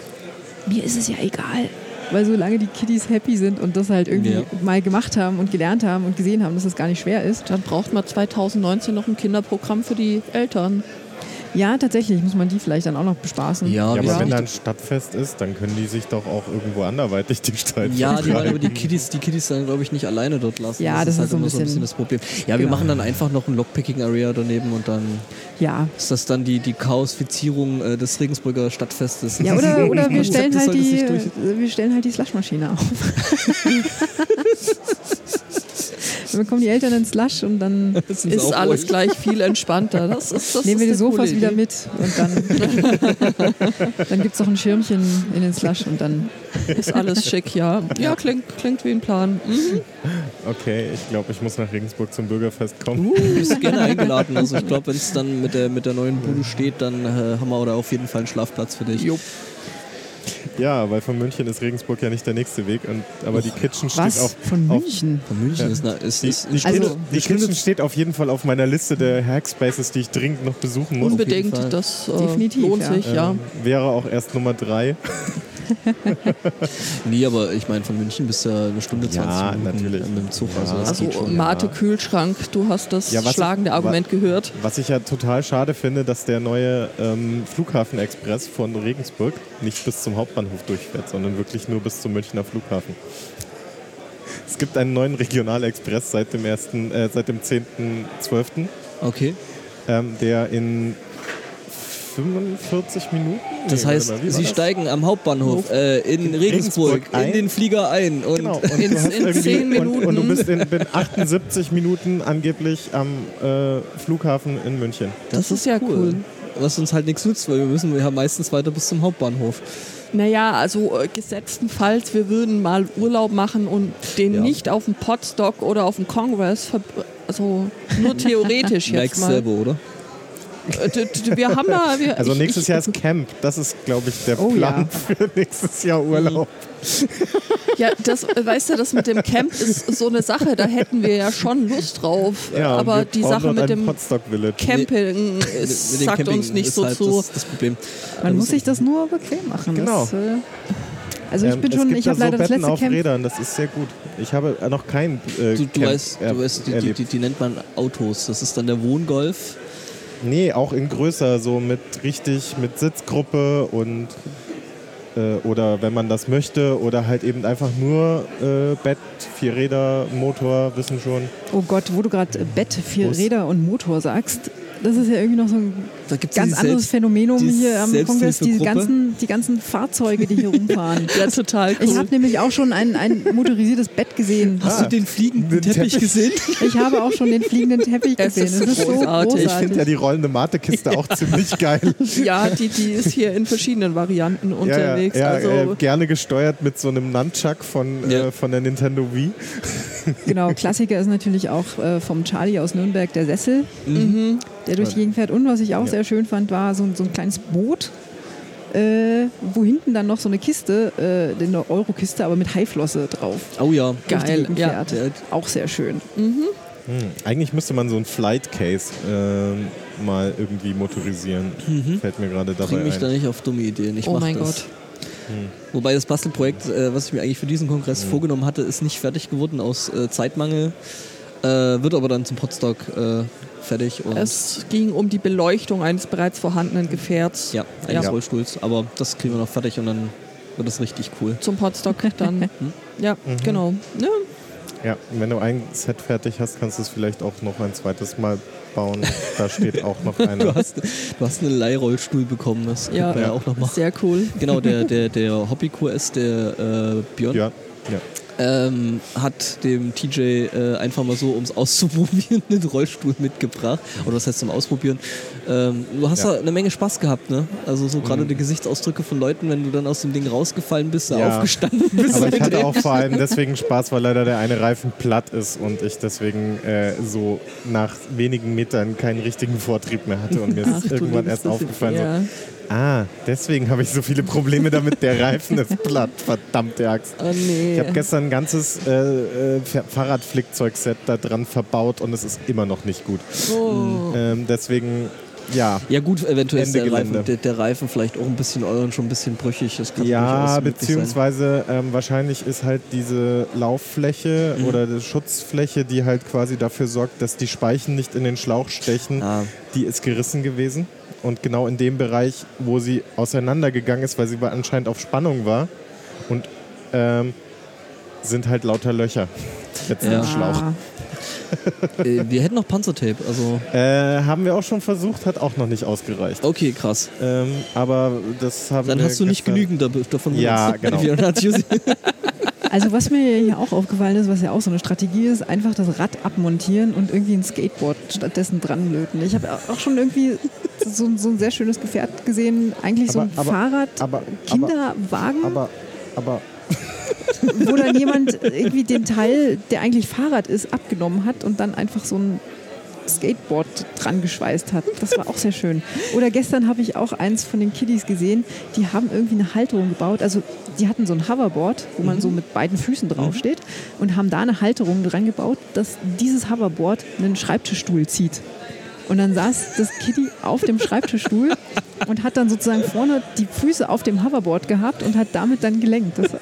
mir ist es ja egal, weil solange die Kiddies happy sind und das halt irgendwie Ja. mal gemacht haben und gelernt haben und gesehen haben, dass das gar nicht schwer ist. Dann braucht man zwanzig neunzehn noch ein Kinderprogramm für die Eltern. Ja, tatsächlich muss man die vielleicht dann auch noch bespaßen. Ja, Ja, wir aber wenn sind da nicht- ein Stadtfest ist, dann können die sich doch auch irgendwo anderweitig die Zeit Ja, die wollen vertreiben. aber die Kiddies, die Kiddies dann, glaube ich, nicht alleine dort lassen. Ja, das ist halt so ein immer so ein bisschen- bisschen das Problem. Ja, wir Genau. machen dann einfach noch ein Lockpicking-Area daneben und dann Ja. ist das dann die, die Chaosfizierung äh, des Regensburger Stadtfestes. Ja, oder, oder wir, Das stellen sollte halt die, sich durch- wir stellen halt die Slushmaschine auf. Dann bekommen die Eltern einen Slush und dann Das sind Ist auch alles ruhig. gleich viel entspannter. Das ist, das nehmen wir ist die eine coole Sofas wieder Idee. mit und dann, dann gibt es noch ein Schirmchen in den Slush und dann Ist alles schick, ja. Ja, klingt, klingt wie ein Plan. Mhm. Okay, ich glaube, ich muss nach Regensburg zum Bürgerfest kommen. Du bist gerne eingeladen. Also ich glaube, wenn es dann mit der, mit der neuen Bude steht, dann äh, haben wir da auf jeden Fall einen Schlafplatz für dich. Jo. Ja, weil von München ist Regensburg ja nicht der nächste Weg. Und, aber die Kitchen steht was auf... von auf München. Von München Ja. ist, na, ist, die, ist die, Also- Kitchen, die Kitchen steht auf jeden Fall auf meiner Liste der Hackspaces, die ich dringend noch besuchen muss. Unbedingt, Fall. das äh, Definitiv, lohnt ja. sich, ja. Ähm, wäre auch erst Nummer drei. Nee, aber ich meine, von München bis ja eine Stunde Ja, zwanzig Minuten natürlich. mit dem Zug. Ja. Also das Also geht schon. Mate ja. Kühlschrank, du hast das Ja, was ich- schlagende wa- Argument gehört. Was ich ja total schade finde, dass der neue ähm, Flughafen-Express von Regensburg nicht bis zum Hauptbahnhof durchfährt, sondern wirklich nur bis zum Münchner Flughafen. Es gibt einen neuen Regionalexpress seit dem ersten, äh, seit dem zehnten zwölften Okay. Ähm, der in fünfundvierzig Minuten. Das Nee, heißt, warte mal, wie war Sie das? steigen am Hauptbahnhof äh, in, In Regensburg, Regensburg ein. in den Flieger ein und Genau. Und In- du hast in irgendwie- zehn Und, und du Minuten. bist in, in achtundsiebzig Minuten angeblich am äh, Flughafen in München. Das ist ja cool. Was uns halt nichts nützt, weil wir müssen ja meistens weiter bis zum Hauptbahnhof. Naja, also äh, gesetztenfalls, wir würden mal Urlaub machen und den Ja. nicht auf dem Podstock oder auf dem Congress, ver- also nur theoretisch jetzt Merkst mal. selber, oder? Äh, d- d- Wir haben da... Wir, Also ich- nächstes ich, Jahr ist Camp. Das ist, glaube ich, der Oh Plan für nächstes Jahr Urlaub. Ja, das, äh, weißt du, das mit dem Camp ist so eine Sache, da hätten wir ja schon Lust drauf. Ja, und aber wir die bauen Sache dort mit ein dem Podstock Village. Camping Mit- ist, mit dem sagt Camping uns nicht ist so halt zu. Das, das Problem. Man muss sich das nur bequem machen. Genau. Das, äh, also ich Ähm, bin es schon, gibt ich da habe so leider das Betten letzte auf Camp. Rädern, das ist sehr gut. Ich habe äh, noch kein äh, Du, du Camp weißt, er- du weißt die, die, erlebt. die, die nennt man Autos. Das ist dann der Wohngolf. Nee, auch in größer, so mit richtig, mit Sitzgruppe und äh, oder wenn man das möchte oder halt eben einfach nur äh, Bett, vier Räder, Motor, wissen schon. Oh Gott, wo du gerade Bett, vier Bus. Räder und Motor sagst, das ist ja irgendwie noch so ein Da gibt's ganz die anderes Selbst- Phänomen die hier am Kongress, die Selbsthilfegruppe. ganzen, die ganzen Fahrzeuge, die hier rumfahren. Ja, total cool. Ich habe nämlich auch schon ein, ein motorisiertes Bett gesehen. Hast du den fliegenden Den Teppich, Teppich. gesehen? Ich habe auch schon den fliegenden Teppich Es gesehen. ist Das ist so großartig. großartig. Ich finde ja die rollende Matekiste auch ziemlich geil. Ja, die, die ist hier in verschiedenen Varianten unterwegs. Ja, ja, ja, also, äh, gerne gesteuert mit so einem Nunchuck von, Ja. äh, von der Nintendo Wii. Genau, Klassiker ist natürlich auch äh, vom Charlie aus Nürnberg der Sessel, mhm. der durch die Gegend fährt. Und was ich auch Ja. sehr schön fand, war so, ein- so ein kleines Boot, äh, wo hinten dann noch so eine Kiste, äh, eine Eurokiste, aber mit Haiflosse drauf. Oh ja. durch die Geil, Gegend ja. fährt. Der- Auch sehr schön. Mhm. Hm. Eigentlich müsste man so ein Flight Case ähm, mal irgendwie motorisieren. Fällt mir gerade dabei Bring mich ein. da nicht auf dumme Ideen. Ich Oh mach mein das. Gott. Wobei das Bastelprojekt, äh, was ich mir eigentlich für diesen Kongress vorgenommen hatte, ist nicht fertig geworden aus äh, Zeitmangel. Äh, wird aber dann zum Podstock äh, fertig. Und Es ging um die Beleuchtung eines bereits vorhandenen Gefährts. ja, eines Ja. Rollstuhls. Aber das kriegen wir noch fertig und dann wird das richtig cool. Zum Podstock dann. Ja, genau. Ja, Ja, und wenn du ein Set fertig hast, kannst du es vielleicht auch noch ein zweites Mal bauen. Da steht auch noch Du einer. hast, du hast einen Leihrollstuhl bekommen, das Ja. kriegt man ja Ja. auch noch machen. sehr cool. Genau, der, der, der Hobby-Q S, der äh, Björn, Ja, ja. ähm, hat dem T J äh, einfach mal so, um es auszuprobieren, einen Rollstuhl mitgebracht. Oder was heißt zum Ausprobieren? Ähm, du hast Ja. da eine Menge Spaß gehabt, ne? Also so gerade Mhm. die Gesichtsausdrücke von Leuten, wenn du dann aus dem Ding rausgefallen bist, da Ja. aufgestanden bist. Aber ich und hatte auch vor allem deswegen Spaß, weil leider der eine Reifen platt ist und ich deswegen äh, so nach wenigen Metern keinen richtigen Vortrieb mehr hatte und mir Ach, ist du irgendwann liebes erst das- aufgefallen, ja. so, ah, deswegen habe ich so viele Probleme damit, der Reifen ist platt, verdammte Axt. Oh nee. Ich habe gestern ein ganzes äh, äh, Fahrradflickzeugset da dran verbaut und es ist immer noch nicht gut. Oh. Ähm, deswegen, ja. Ja gut, eventuell ist Ende der Reifen, Gelände. der, der Reifen vielleicht auch ein bisschen euren schon ein bisschen brüchig. Das kann Ja, durchaus möglich sein. beziehungsweise ähm, wahrscheinlich ist halt diese Lauffläche Mhm. oder die Schutzfläche, die halt quasi dafür sorgt, dass die Speichen nicht in den Schlauch stechen, Ah, die ist gerissen gewesen. und genau in dem Bereich, wo sie auseinandergegangen ist, weil sie anscheinend auf Spannung war und ähm, sind halt lauter Löcher. Jetzt Ja. im Schlauch. Ah, Äh, wir hätten noch Panzertape, also Äh, haben wir auch schon versucht, hat auch noch nicht ausgereicht. okay, krass. Ähm, aber das haben Dann wir hast du nicht gestern- genügend dab- davon Ja, benutzt. genau. vierhundertacht also was mir hier auch aufgefallen ist, was ja auch so eine Strategie ist, einfach das Rad abmontieren und irgendwie ein Skateboard stattdessen dran löten. Ich habe auch schon irgendwie so, so ein sehr schönes Gefährt gesehen, eigentlich so Aber- ein aber- Fahrrad, aber- Kinderwagen, Aber, aber wo dann jemand irgendwie den Teil, der eigentlich Fahrrad ist, abgenommen hat und dann einfach so ein Skateboard dran geschweißt hat. Das war auch sehr schön. Oder gestern habe ich auch eins von den Kiddies gesehen, die haben irgendwie eine Halterung gebaut. Also die hatten so ein Hoverboard, wo man so mit beiden Füßen draufsteht und haben da eine Halterung dran gebaut, dass dieses Hoverboard einen Schreibtischstuhl zieht. Und dann saß das Kiddie auf dem Schreibtischstuhl und hat dann sozusagen vorne die Füße auf dem Hoverboard gehabt und hat damit dann gelenkt. Das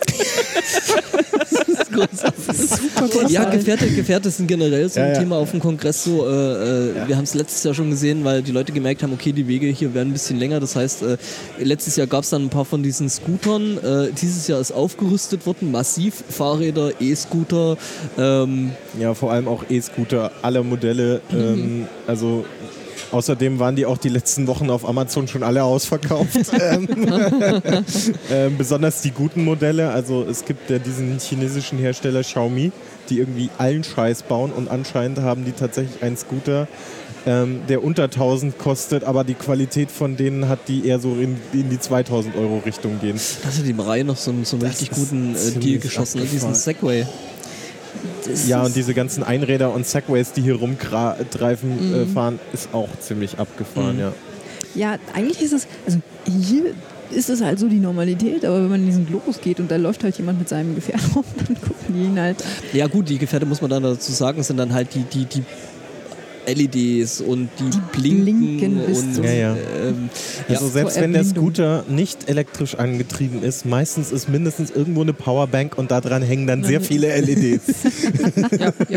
super großartig. Ja, Gefährte, Gefährte sind generell so ein Ja, ja. Thema auf dem Kongress. So, äh, äh, Wir haben es letztes Jahr schon gesehen, weil die Leute gemerkt haben, okay, die Wege hier werden ein bisschen länger. Das heißt, äh, letztes Jahr gab es dann ein paar von diesen Scootern. Äh, dieses Jahr ist aufgerüstet worden, massiv Fahrräder, E-Scooter. Ähm, ja, vor allem auch E-Scooter, alle Modelle. Ähm, also außerdem waren die auch die letzten Wochen auf Amazon schon alle ausverkauft. ähm, ähm, besonders die guten Modelle. Also es gibt ja diesen chinesischen Hersteller Xiaomi, die irgendwie allen Scheiß bauen und anscheinend haben die tatsächlich einen Scooter, ähm, der unter tausend kostet, aber die Qualität von denen hat, die eher so in, in die zweitausend Euro Richtung gehen. da hat die Reihe noch so, einen- so einen Das richtig ist guten äh, ziemlich Deal geschossen, ne? diesen abgefahren. Segway. Das Ja, ist- und diese ganzen Einräder und Segways, die hier rumgreifen, äh, fahren, ist auch ziemlich abgefahren, Mhm. ja. Ja, eigentlich ist es, also hier ist es halt so die Normalität, aber wenn man in diesen Globus geht und da läuft halt jemand mit seinem Gefährt rum, dann gucken die ihn halt. Ja gut, die Gefährte muss man dann dazu sagen, sind dann halt die, die, die L E Ds und die, blinken, blinken bis und zum- Ja, ja. Ähm, Also ja. selbst zur wenn der Erblindung. Scooter nicht elektrisch angetrieben ist, meistens ist mindestens irgendwo eine Powerbank und daran hängen dann sehr viele L E Ds. Ja, ja.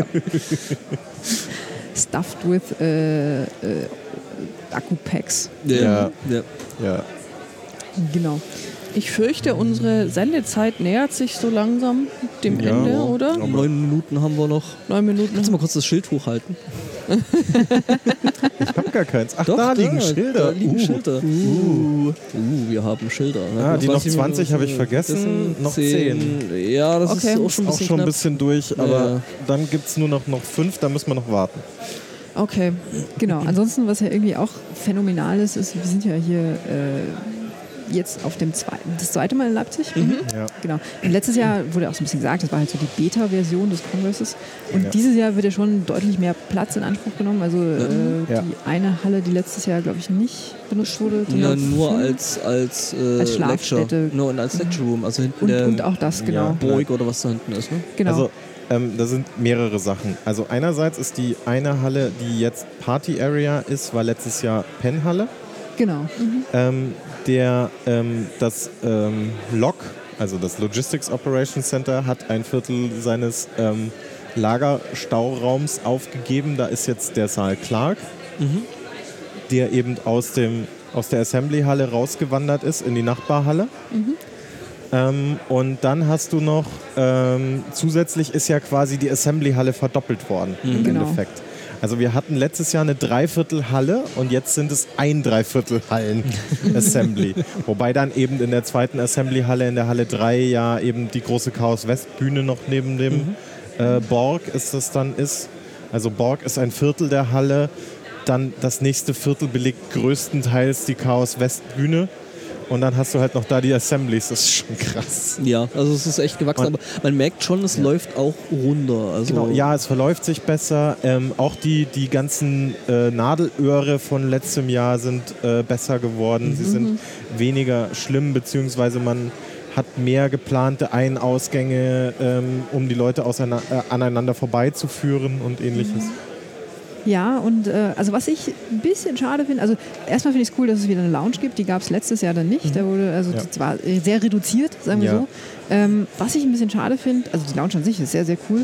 Stuffed with äh, äh, Akku-Packs. Ja. Ja. Ja. Genau. Ich fürchte, unsere Sendezeit nähert sich so langsam dem Ja. Ende, oder? Aber- Neun Minuten haben wir noch. Neun Minuten. Kannst du mal kurz das Schild hochhalten? Ich hab gar keins. Ach, Doch, da liegen da, Schilder. Da liegen Uh. Schilder. Uh. uh, wir haben Schilder. Ah, die noch zwanzig habe ich Minuten, vergessen, noch zehn. Ja, das Okay. ist auch schon ein Auch bisschen schon ein knapp. bisschen durch, aber Ja. dann gibt es nur noch, noch fünf, da müssen wir noch warten. Okay. Genau. Ansonsten, was ja irgendwie auch phänomenal ist, ist, wir sind ja hier äh, jetzt auf dem zweiten, das zweite Mal in Leipzig. Ja. Genau. Und letztes Jahr wurde auch so ein bisschen gesagt, das war halt so die Beta-Version des Kongresses. Und Ja. dieses Jahr wird ja schon deutlich mehr Platz in Anspruch genommen. Also äh, Ja. die eine Halle, die letztes Jahr, glaube ich, nicht benutzt wurde. die Ja, war nur fünf. als, als, äh, Als Schlafstätte. Lecture. Nur und als Lecture Room. Also hinten Und, der und auch das, genau. Ja. Burg oder was da hinten ist. Ne? genau. Also ähm, da sind mehrere Sachen. Also einerseits ist die eine Halle, die jetzt Party Area ist, war letztes Jahr Pennhalle. genau. Ähm, der, ähm, das ähm, L O C, also das Logistics Operations Center, hat ein Viertel seines ähm, Lagerstauraums aufgegeben. Da ist jetzt der Saal Clark, Mhm. der eben aus, dem, aus der Assembly-Halle rausgewandert ist in die Nachbarhalle. Ähm, und dann hast du noch, ähm, zusätzlich ist ja quasi die Assembly-Halle verdoppelt worden im Genau. Endeffekt. Also wir hatten letztes Jahr eine Dreiviertelhalle und jetzt sind es ein Dreiviertelhallen Assembly. Wobei dann eben in der zweiten Assembly-Halle, in der Halle drei, ja eben die große Chaos-West-Bühne noch neben dem äh, Borg ist das dann ist. Also Borg ist ein Viertel der Halle. Dann das nächste Viertel belegt größtenteils die Chaos-West-Bühne. Und dann hast du halt noch da die Assemblies. Das ist schon krass. Ja, also es ist echt gewachsen, Und- aber man merkt schon, es läuft auch runter. Also Genau, ja, es verläuft sich besser. Ähm, auch die, die ganzen äh, Nadelöhre von letztem Jahr sind äh, besser geworden. Sie sind weniger schlimm, beziehungsweise man hat mehr geplante Ein-, Ausgänge, ähm, um die Leute auseina- äh, aneinander vorbeizuführen und ähnliches. Ja, und äh, also was ich ein bisschen schade finde, also erstmal finde ich es cool, dass es wieder eine Lounge gibt, die gab es letztes Jahr dann nicht, da wurde, also Ja. das war äh, sehr reduziert, sagen wir Ja. so. Ähm, was ich ein bisschen schade finde, also die Lounge an sich ist sehr, sehr cool,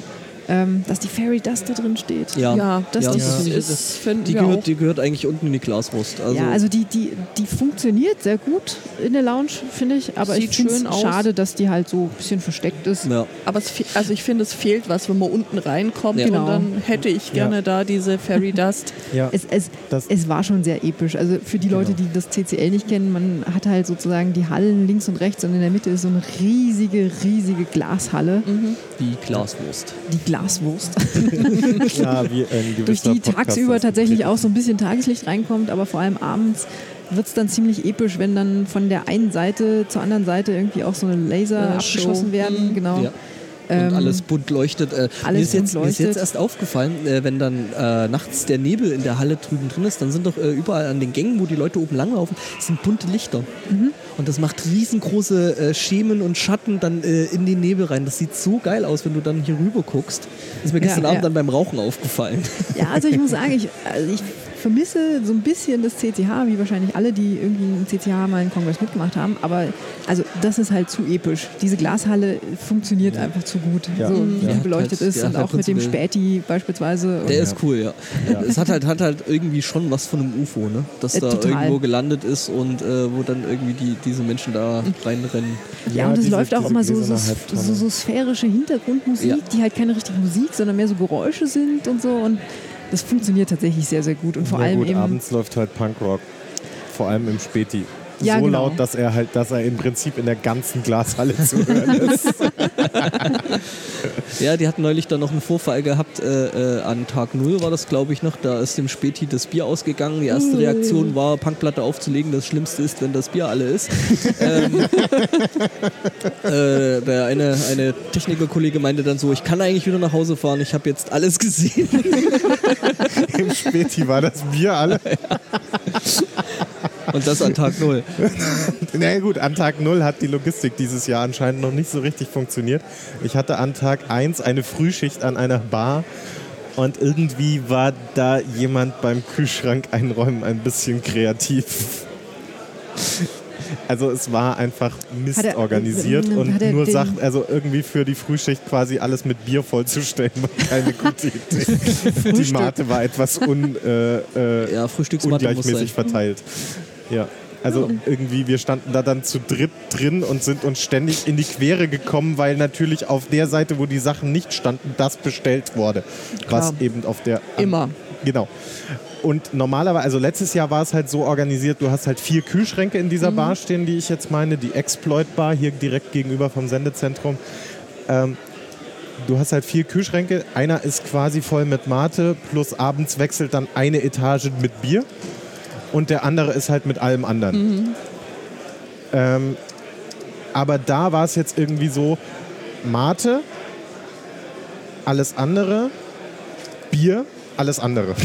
ähm, dass die Fairy Dust da drin steht. Ja, Ja, das ja, ist- das finde ich- ist, das- finden die, wir gehört, auch. die gehört eigentlich unten in die Glaswurst. Also, ja, also die, die, die funktioniert sehr gut in der Lounge, finde ich, aber Sieht ich finde schön es aus. schade, dass die halt so ein bisschen versteckt ist. ja. Aber es, fe- also ich finde, es fehlt was, wenn man unten reinkommt Ja. und Genau. dann hätte ich gerne Ja. da diese Fairy Dust. Ja, Es, es, das, es war schon sehr episch. Also für die Leute, die das C C L nicht kennen, man hat halt sozusagen die Hallen links und rechts und in der Mitte ist so eine riesige, riesige Glashalle, Die Glaswurst. die Glaswurst, ja, wie ein durch gewisser die Podcast tagsüber das tatsächlich betrifft. auch so ein bisschen Tageslicht reinkommt, aber vor allem abends wird es dann ziemlich episch, wenn dann von der einen Seite zur anderen Seite irgendwie auch so eine Laser Äh, Show. abgeschossen werden. Mhm. Genau. Ja. Und Ähm, alles bunt leuchtet. Äh, alles mir, ist jetzt, bunt mir ist jetzt leuchtet. erst aufgefallen, äh, wenn dann äh, nachts der Nebel in der Halle drüben drin ist, dann sind doch äh, überall an den Gängen, wo die Leute oben langlaufen, sind bunte Lichter. Mhm. Und das macht riesengroße äh, Schemen und Schatten dann äh, in den Nebel rein. Das sieht so geil aus, wenn du dann hier rüber guckst. Das ist mir Ja, gestern Abend ja. dann beim Rauchen aufgefallen. Ja, also ich muss sagen, ich, also ich vermisse so ein bisschen das C C H, wie wahrscheinlich alle, die irgendwie im C C H mal einen Kongress mitgemacht haben. Aber also das ist halt zu episch. Diese Glashalle funktioniert einfach zu gut, Ja. so Mhm. wie Ja, die beleuchtet halt- ist ja, und halt auch mit dem prinzipiell. Späti beispielsweise. Der Und ist cool, ja. Ja. Es hat halt, hat halt irgendwie schon was von einem U F O, ne? Das Äh, da total. irgendwo gelandet ist und äh, wo dann irgendwie die, diese Menschen da reinrennen. ja, und es diese- läuft auch diese immer so, so, gläserne Halbtonne. so, so sphärische Hintergrundmusik, Ja. die halt keine richtige Musik, sondern mehr so Geräusche sind und so. Und das funktioniert tatsächlich sehr, sehr gut. Und vor ja, allem gut, eben. abends läuft halt Punkrock, vor allem im Späti. Ja, so genau. laut, dass er halt, dass er im Prinzip in der ganzen Glashalle zu hören ist. Ja, die hatten neulich dann noch einen Vorfall gehabt äh, äh, an Tag null war das, glaube ich, noch. Da ist dem Späti das Bier ausgegangen. Die erste Reaktion war, Punkplatte aufzulegen. Das Schlimmste ist, wenn das Bier alle ist. ähm, äh, der eine, eine Technikerkollege meinte dann so, ich kann eigentlich wieder nach Hause fahren. Ich habe jetzt alles gesehen. Im Späti war das Bier alle. Und das an Tag null. Na ja, gut, an Tag null hat die Logistik dieses Jahr anscheinend noch nicht so richtig funktioniert. Ich hatte an Tag eins eine Frühschicht an einer Bar und irgendwie war da jemand beim Kühlschrank einräumen ein bisschen kreativ. Also es war einfach Mist Hat er- organisiert äh, und hat er nur den- Sachen, also irgendwie für die Frühschicht quasi alles mit Bier vollzustellen, war keine gute Idee. Die Mate war etwas un, äh, äh, Ja, Frühstücksmatte muss sein. ungleichmäßig verteilt. Ja. Also irgendwie, wir standen da dann zu dritt drin und sind uns ständig in die Quere gekommen, weil natürlich auf der Seite, wo die Sachen nicht standen, das bestellt wurde. Was Klar. eben auf der... Immer. Genau. Und normalerweise, also letztes Jahr war es halt so organisiert, du hast halt vier Kühlschränke in dieser Bar stehen, die ich jetzt meine, die Exploit Bar hier direkt gegenüber vom Sendezentrum. Ähm, du hast halt vier Kühlschränke, einer ist quasi voll mit Mate, plus abends wechselt dann eine Etage mit Bier und der andere ist halt mit allem anderen. Ähm, aber da war es jetzt irgendwie so, Mate, alles andere, Bier, alles andere.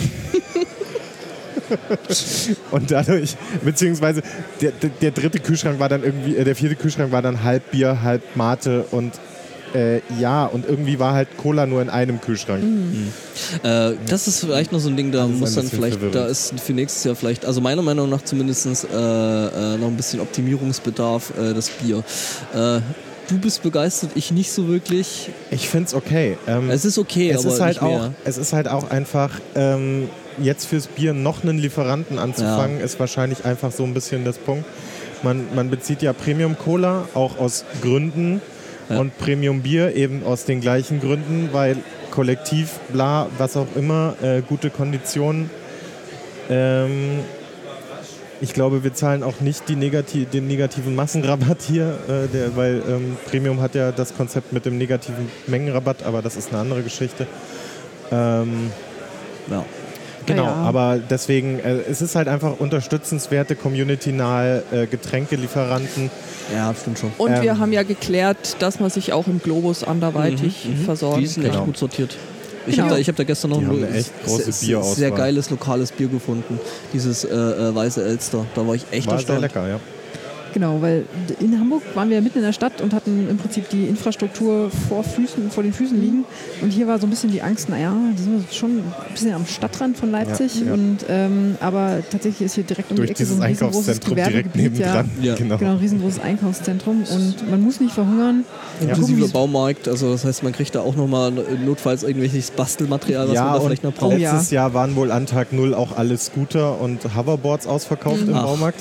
Und dadurch, beziehungsweise der, der, der dritte Kühlschrank war dann irgendwie, äh, der vierte Kühlschrank war dann halb Bier, halb Mate und äh, ja, und irgendwie war halt Cola nur in einem Kühlschrank. Äh, das ist vielleicht noch so ein Ding, da Das ist muss ein dann bisschen vielleicht, verwirrend. da ist für nächstes Jahr vielleicht, also meiner Meinung nach zumindest äh, äh, noch ein bisschen Optimierungsbedarf, äh, das Bier. Äh, du bist begeistert, ich nicht so wirklich. Ich find's okay. Ähm, Es ist okay, es aber ist halt nicht auch, mehr. es ist halt auch einfach, ähm, jetzt fürs Bier noch einen Lieferanten anzufangen, ist wahrscheinlich einfach so ein bisschen das Punkt. Man, man bezieht ja Premium Cola auch aus Gründen Ja. und Premium Bier eben aus den gleichen Gründen, weil kollektiv, bla, was auch immer, äh, gute Konditionen. Ähm, ich glaube, wir zahlen auch nicht die negati- den negativen Massenrabatt hier, äh, der, weil ähm, Premium hat ja das Konzept mit dem negativen Mengenrabatt, aber das ist eine andere Geschichte. Ähm, Ja. Genau, Ja, ja. aber deswegen, äh, es ist halt einfach unterstützenswerte, community-nahe äh, Getränkelieferanten. Ja, stimmt schon. Und Ähm. wir haben ja geklärt, dass man sich auch im Globus anderweitig Mhm, mhm. versorgen Die sind kann. echt Genau. gut sortiert. Ich Genau. habe da, ich hab da gestern noch Die ein haben eine echt große sehr, Bierauswahl. sehr geiles lokales Bier gefunden. Dieses äh, äh, weiße Elster. Da war ich echt War sehr erstaunt. lecker, ja. Genau, weil in Hamburg waren wir mitten in der Stadt und hatten im Prinzip die Infrastruktur vor, Füßen, vor den Füßen liegen. Und hier war so ein bisschen die Angst, naja, da sind wir schon ein bisschen am Stadtrand von Leipzig. Ja, ja. Und, ähm, aber tatsächlich ist hier direkt um Durch die Ecke dieses so ein riesengroßes Einkaufszentrum direkt Gewerbegebiet. nebendran. Ja, Ja. Genau. genau, ein riesengroßes Einkaufszentrum. Und man muss nicht verhungern. Ja. Inklusive Gucken, Baumarkt, also das heißt, man kriegt da auch nochmal notfalls irgendwelches Bastelmaterial, was Ja, man da und vielleicht noch braucht. Oh ja. letztes Jahr waren wohl an Tag null auch alle Scooter und Hoverboards ausverkauft im Ach. Baumarkt.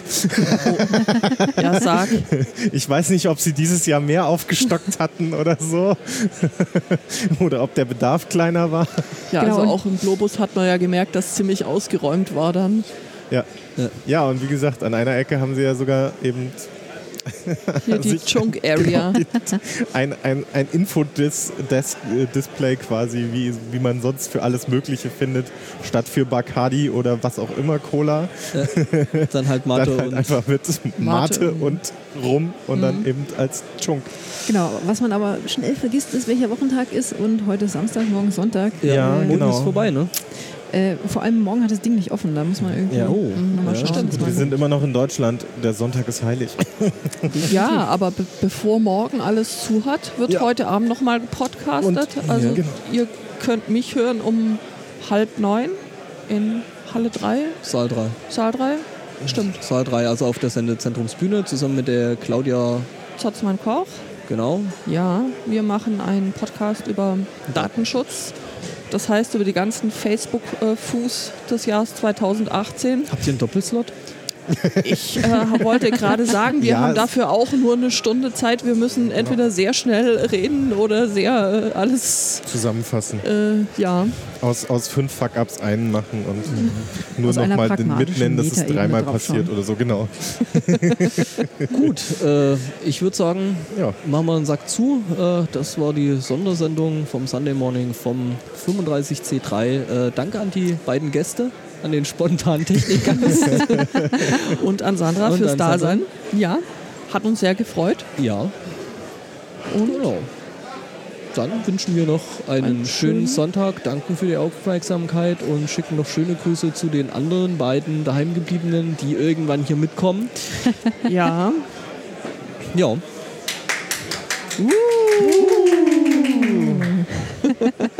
Ja, sag. Ich weiß nicht, ob sie dieses Jahr mehr aufgestockt hatten oder so. Oder ob der Bedarf kleiner war. Ja, Genau, also und- auch im Globus hat man ja gemerkt, dass ziemlich ausgeräumt war dann. Ja. Ja. Ja, und wie gesagt, an einer Ecke haben sie ja sogar eben Hier die Sich- Chunk-Area. ein, ein, ein Info-Display quasi, wie, wie man sonst für alles Mögliche findet, statt für Bacardi oder was auch immer Cola. Dann halt Mate dann halt und einfach mit Mate, Mate. und Rum und dann eben als Chunk. Genau, was man aber schnell vergisst, ist, welcher Wochentag ist. Und heute ist Samstag, morgen ist Sonntag. Ja, Mond genau. ist vorbei, ne? Äh, vor allem morgen hat das Ding nicht offen. Da muss man irgendwie Ja, oh. nochmal Ja, schauen. stimmt. Wir sind immer noch in Deutschland, der Sonntag ist heilig. Ja, aber be bevor morgen alles zu hat, wird Ja. heute Abend nochmal gepodcastet. Und- Also ja, genau. ihr könnt mich hören um halb neun in Halle drei, Saal drei. Saal drei. Stimmt, Saal drei, also auf der Sendezentrumsbühne, zusammen mit der Claudia, Zotzmann-Koch. genau. Ja, wir machen einen Podcast über Datenschutz. Das heißt, über die ganzen Facebook-Fuß des Jahres zweitausendachtzehn. Habt ihr einen Doppelslot? Ich äh, wollte gerade sagen, wir Ja, haben es- dafür auch nur eine Stunde Zeit. Wir müssen entweder sehr schnell reden oder sehr äh, alles, Zusammenfassen. äh, ja. Aus, aus fünf Fuck-Ups einen machen und nur Aus einer nochmal den pragmatischen mitnennen, dass es Metaebene dreimal draufschauen. passiert oder so, genau. Gut, äh, ich würde sagen, Ja. machen wir einen Sack zu. Äh, das war die Sondersendung vom Sunday Morning vom fünfunddreißig C drei. Äh, danke an die beiden Gäste, an den spontanen Technikgast. Und an Sandra Und fürs an Sandra. Dasein. Ja, hat uns sehr gefreut. Ja, Und genau. Dann wünschen wir noch einen Einen schönen schönen- Sonntag, danken für die Aufmerksamkeit und schicken noch schöne Grüße zu den anderen beiden Daheimgebliebenen, die irgendwann hier mitkommen. ja, Ja.